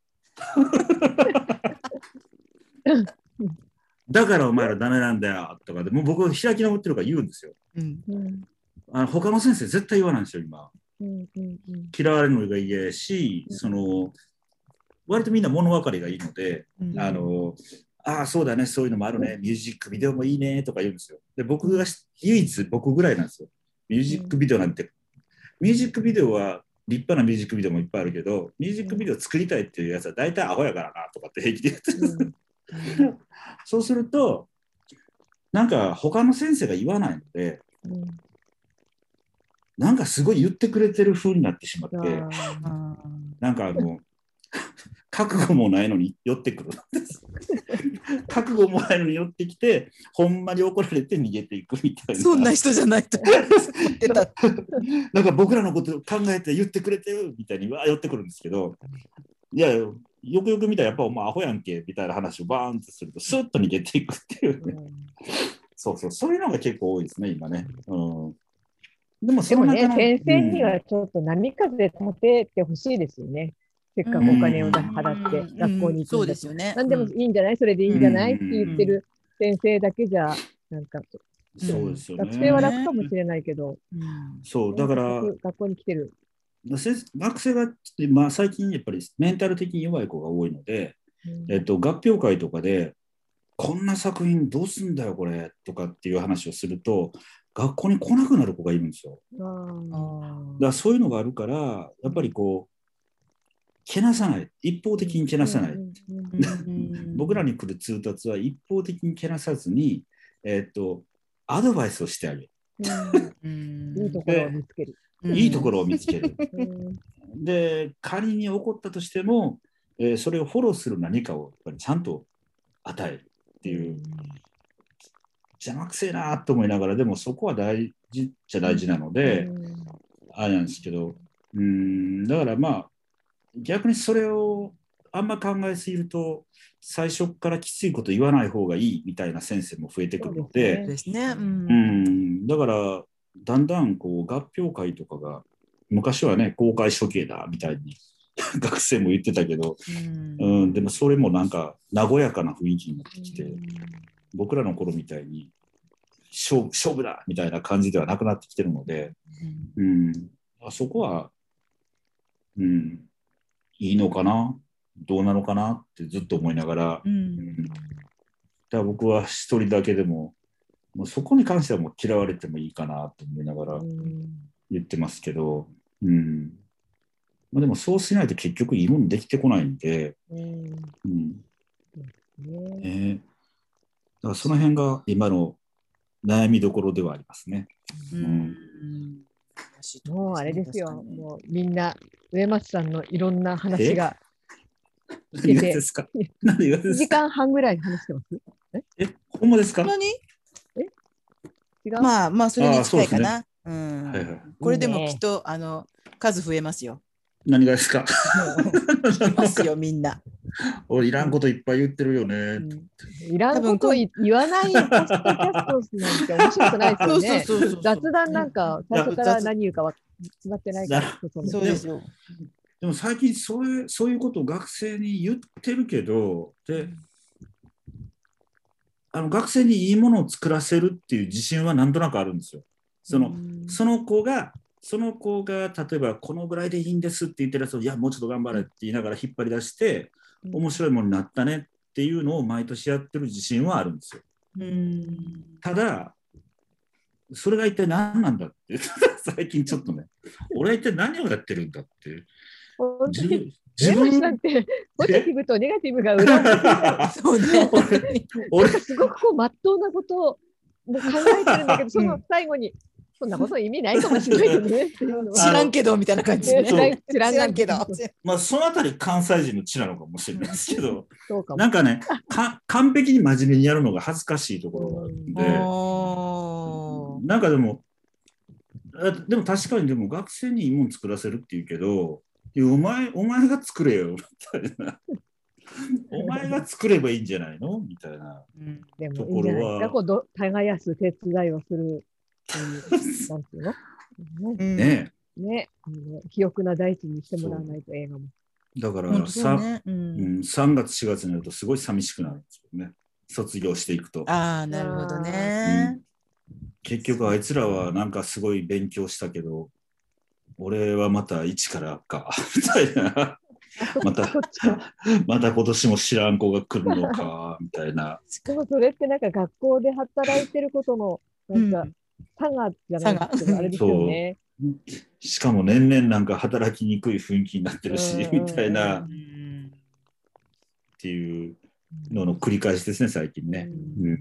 だからお前らダメなんだよとかでもう僕開き直ってるから言うんですよ。 他の先生絶対言わないんですよ、今。嫌われるのが嫌やし、割とみんな物分かりがいいので、ああ、そうだね、そういうのもあるね、ミュージックビデオもいいねとか言うんですよ。で、唯一僕ぐらいなんですよ。ミュージックビデオなんて、ミュージックビデオは立派なミュージックビデオもいっぱいあるけど、ミュージックビデオ作りたいっていうやつは大体アホやからなとかって平気で言ってる。そうすると、なんか他の先生が言わないので、なんかすごい言ってくれてる風になってしまって、なんか覚悟もないのに寄ってくる覚悟もないのに寄ってきて、ほんまに怒られて逃げていくみたいな。 そんな人じゃないと思ってた。 なんか僕らのこと考えて言ってくれてるみたいに寄ってくるんですけど、いや、よくよく見たらやっぱお前アホやんけみたいな話をバーンとするとスッと逃げていくっていう、そういうのが結構多いですね、今ね。 でもね、先生にはちょっと波風立ててほしいですよね。せっかくお金を払って学校に行くんだと。 そうですよね。 何でもいいんじゃない、それでいいんじゃないって言ってる先生だけじゃ、なんか、 そうですよね。 学生は楽かもしれないけど、 そう、だから、 学校に来てる。 学生が、まあ、最近やっぱりメンタル的に弱い子が多いので、学評会とかで、こんな作品どうすんだよ、これとかっていう話をすると、学校に来なくなる子がいるんですよ。だからそういうのがあるから、やっぱりこう、けなさない、一方的にけなさない。僕らに来る通達は一方的にけなさずに、アドバイスをしてあげる。 いいところを見つける。 いいところを見つける。で、仮に起こったとしても、それをフォローする何かをやっぱりちゃんと与えるっていう。邪魔くせえなと思いながら、でもそこは大事っちゃ大事なので、あれなんですけど、だからまあ、逆にそれをあんま考えすぎると、最初からきついこと言わない方がいいみたいな先生も増えてくるので、だから、だんだんこう合評会とかが、昔はね、公開処刑だみたいに学生も言ってたけど、でもそれもなんか和やかな雰囲気になってきて、僕らの頃みたいに勝負だみたいな感じではなくなってきてるので、あそこは、いいのかな、どうなのかなってずっと思いながら、だから僕は一人だけでも、もうそこに関してはもう嫌われてもいいかなと思いながら言ってますけど、まあ、でもそうしないと結局いいものできてこないんで、だからその辺が今の悩みどころではありますね。 もうあれですよ、もうみんな植松さんのいろんな話が聞けて、1 時間半ぐらい話してます。 ほんまですか？ 何？ 違う？ まあそれに近いかな。これでもきっと数増えますよ。 何がですか？ いますよ、みんな。 俺いらんこといっぱい言ってるよね。 いらんこと言わないポストキャストなんて面白くないですよね。雑談なんか最初から何言うかは決まってないから。 そうですよ。 でも最近そういうことを学生に言ってるけど、で学生にいいものを作らせるっていう自信はなんとなくあるんですよ。その子が例えばこのぐらいでいいんですって言ってるやつを、いやもうちょっと頑張れって言いながら引っ張り出して面白いものになったねっていうのを毎年やってる自信はあるんですよ。ただそれが一体何なんだって最近ちょっとね、俺は一体何をやってるんだって自分なんてポジティブとネガティブが裏をそうね。俺すごくこう真っ当なことを考えてるんだけど、その最後にそんなこと意味ないかもしれないよねっていうのは。 知らんけどみたいな感じで、 ね。知らんけど。 まあそのあたり関西人の血なのかもしれないですけど、なんかね完璧に真面目にやるのが恥ずかしいところがあるんで、なんかでも確かにでも学生にいいもの作らせるっていうけど、お前が作れよみたいな。お前が作ればいいんじゃないのみたいなところは。 耕す手伝いをする。なんていうの？ ね。 肥沃な大地にしてもらわないと映画も。 だから3月4月になるとすごい寂しくなるんですよね。卒業していくと。 なるほどね。 結局あいつらはなんかすごい勉強したけど、俺はまた一からか、みたいな。また今年も知らん子が来るのか、みたいな。 でもそれってなんか学校で働いてることの、なんか、差がじゃないですけど、あれですよね。 しかも年々なんか働きにくい雰囲気になってるし、みたいな、っていうのの繰り返しですね、最近ね。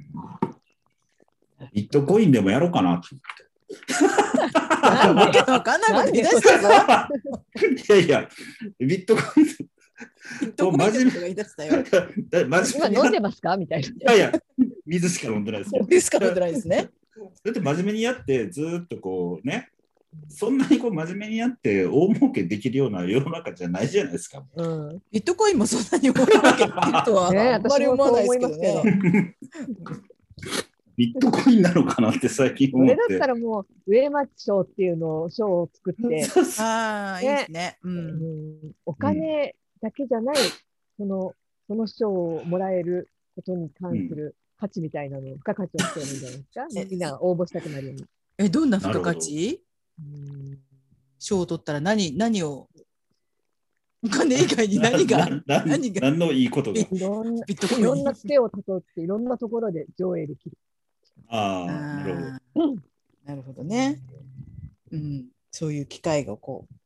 ビットコインでもやろうかなと思って。 わけわかんないこと言い出したぞ。 いやいや、ビットコイン。 真面目が言い出したよ。 今飲んでますかみたいな。いやいや、水しか飲んでないですよ。 水しか飲んでないですね。 だって真面目にやって、ずっとこうね、そんなにこう真面目にやって大儲けできるような世の中じゃないじゃないですか。 ビットコインもそんなに大儲けできるとはあんまり思わないですけどね。 ビットコインなのかなって最近思って。 それだったらもう上町賞っていうのを賞を作ってああ、いいですね。 お金だけじゃないその賞をもらえることに関する価値みたいなのを付加価値をしてるんじゃないですか。みんなが応募したくなるように。 どんな付加価値？賞を取ったら何をお金以外に何のいいことがいろんな手をたどっていろんなところで上映できる。 なるほど。 なるほどね。そういう機会がこう。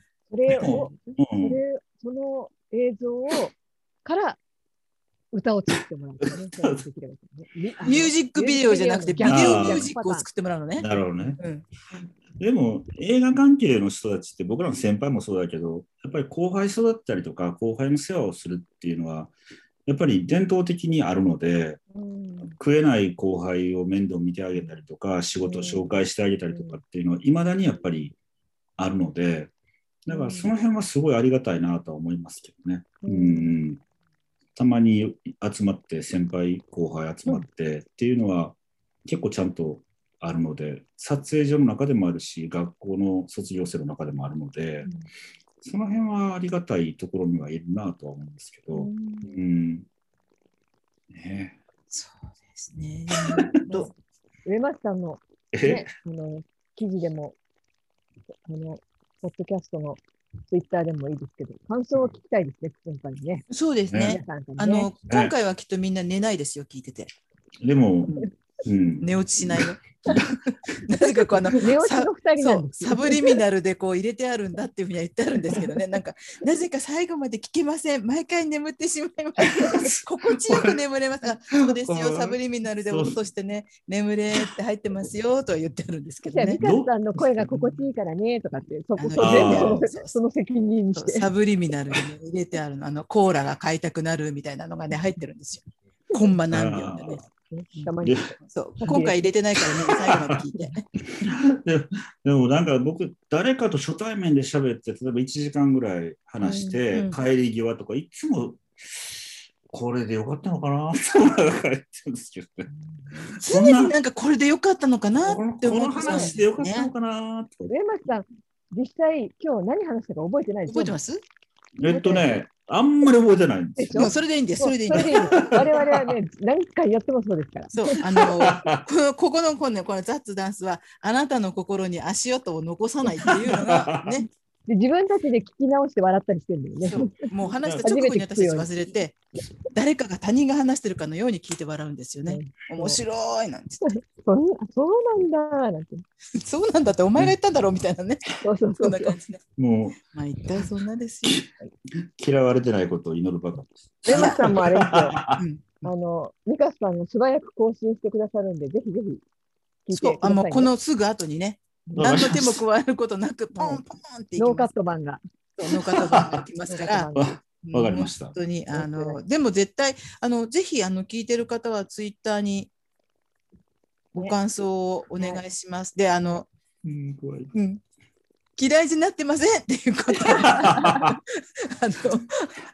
その映像から歌を作ってもらう、ね。 ミュージックビデオじゃなくてビデオミュージックを作ってもらうのね。 なるほどね。でも映画関係の人たちって僕らの先輩もそうだけど、やっぱり後輩育ったりとか後輩の世話をするっていうのはやっぱり伝統的にあるので、食えない後輩を面倒見てあげたりとか仕事を紹介してあげたりとかっていうのはいまだにやっぱりあるので、だからその辺はすごいありがたいなとは思いますけどね。たまに集まって先輩後輩集まってっていうのは結構ちゃんとあるので、撮影所の中でもあるし学校の卒業生の中でもあるので、その辺はありがたいところにはいるなとは思うんですけど。 ね、そうですね。 上松さんの、ね、記事でもポッドキャストのツイッターでもいいですけど、感想を聞きたいですね、今回ね。 そうですね。今回はきっとみんな寝ないですよ、聞いてて。 でも、 寝落ちしないよ。なぜか寝落ちの2人なんですサブリミナルでこう入れてあるんだっていうふうには言ってあるんですけどね、なんかなぜか最後まで聞けません、毎回眠ってしまいます心地よく眠れますが、そうですよ、サブリミナルで落としてね、眠れって入ってますよとは言ってあるんですけどね。 ミカさんの声が心地いいからねとかって、全部その責任にして。 サブリミナルで、ね、入れてあるの、コーラが買いたくなるみたいなのがね、入ってるんですよ。コンマ何秒でね。そう今回入れてないからね、最後まで聞いて。 でもなんか僕、誰かと初対面で喋って、例えば1時間ぐらい話して、帰り際とか、いつもこれでよかったのかなって思いながら帰ってるんですけどね。 常になんかこれでよかったのかなって思って、 この話でよかったのかなって。 上松さん、実際今日何話したか覚えてないですか？ 覚えてます？ あんまり覚えてないんですよ。それでいいんです。それでいいんです。 我々はね、何回やってもそうですから。 そう、ここの雑ダンスはあなたの心に足跡を残さないっていうのがね。 で自分たちで聞き直して笑ったりしてるんだよね。 もう話した直後に私たち忘れて、誰かが他人が話してるかのように聞いて笑うんですよね。面白いなんて。 そうなんだなんて。 そうなんだってお前が言ったんだろうみたいなね。そんな感じで。 もうまあ一体そんなですよ。 嫌われてないことを祈るばかりです。 上松さんもあれですよ。ミカさんが素早く更新してくださるんで、ぜひぜひ聞いてくださいね。 このすぐ後にね。何の手も加えることなくポンポンってノーカット版が。 ノーカット版が来ますから。 わかりました。 本当にでも絶対ぜひ聞いてる方はツイッターにご感想をお願いします。で嫌いになってませんっていうこと。嫌いにならないでくださ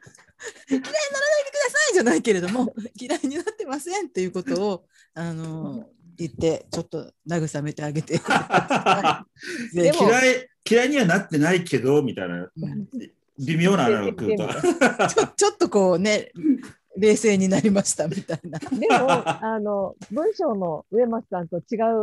いじゃないけれども、嫌いになってませんっていうことを言ってちょっと慰めてあげてでも嫌いにはなってないけどみたいな微妙なのが来るとちょっとこうね冷静になりましたみたいな。 でも文章の上松さんと違う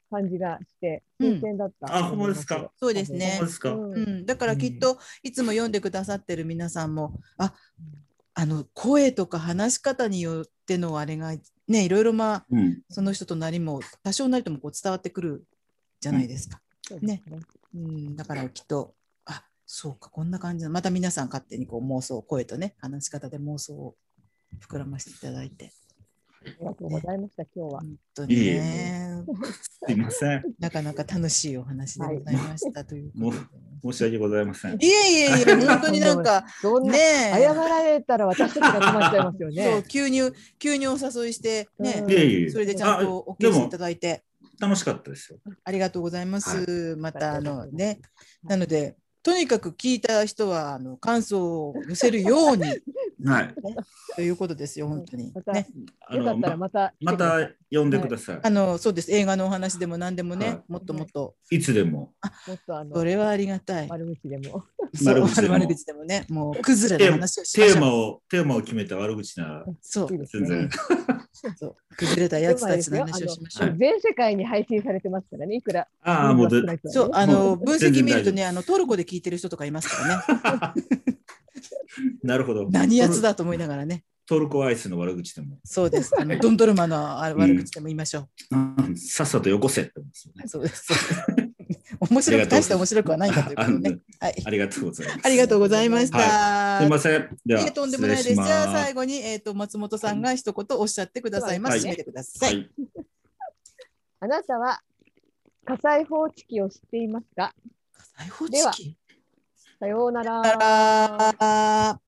感じがして新鮮だった。 あ、ほんまですか。 そうですね。 ほんまですか。 だからきっといつも読んでくださってる皆さんも、声とか話し方によってのあれがね、いろいろその人となりも多少なりともこう伝わってくるじゃないですか。ね。だからきっと、そうか、こんな感じだ。また皆さん勝手にこう妄想、声とね、話し方で妄想を膨らませていただいて。 ありがとうございました、今日は。 本当にね。 すいません。 なかなか楽しいお話でございましたということで。 申し訳ございません。 いえ、本当になんか、 ね、謝られたら私たちが困っちゃいますよね。 そう、急にお誘いして、ね、それでちゃんと OK していただいて。 楽しかったですよ。 ありがとうございます。また、ね、なので、とにかく聞いた人は感想を寄せるように、 はい、 ということですよ、本当に。 よかったらまた呼んでください。 そうです、映画のお話でも何でもね、もっともっと。 いつでも。 もっとそれはありがたい。 悪口でも。 悪口でもね、もう崩れた話をしましょう。 テーマを決めた悪口なら、全然。 崩れたやつたちの話をしましょう。 全世界に配信されてますからね、いくら。 もうそう、分析見るとね、トルコで聞いてる人とかいますからね。 なるほど。 何やつだと思いながらね。 トルコアイスの悪口でも。 そうです。ドンドルマの悪口でも言いましょう。さっさとよこせって思うんですよね。 そうです。面白く、大して面白くはないんだということね。 はい。ありがとうございます。 ありがとうございました。 すみません。では、 とんでもないです。じゃあ最後に松本さんが一言おっしゃってくださいます。締めてください。 あなたは火災報知器を知っていますか？ 火災報知器。 さようなら。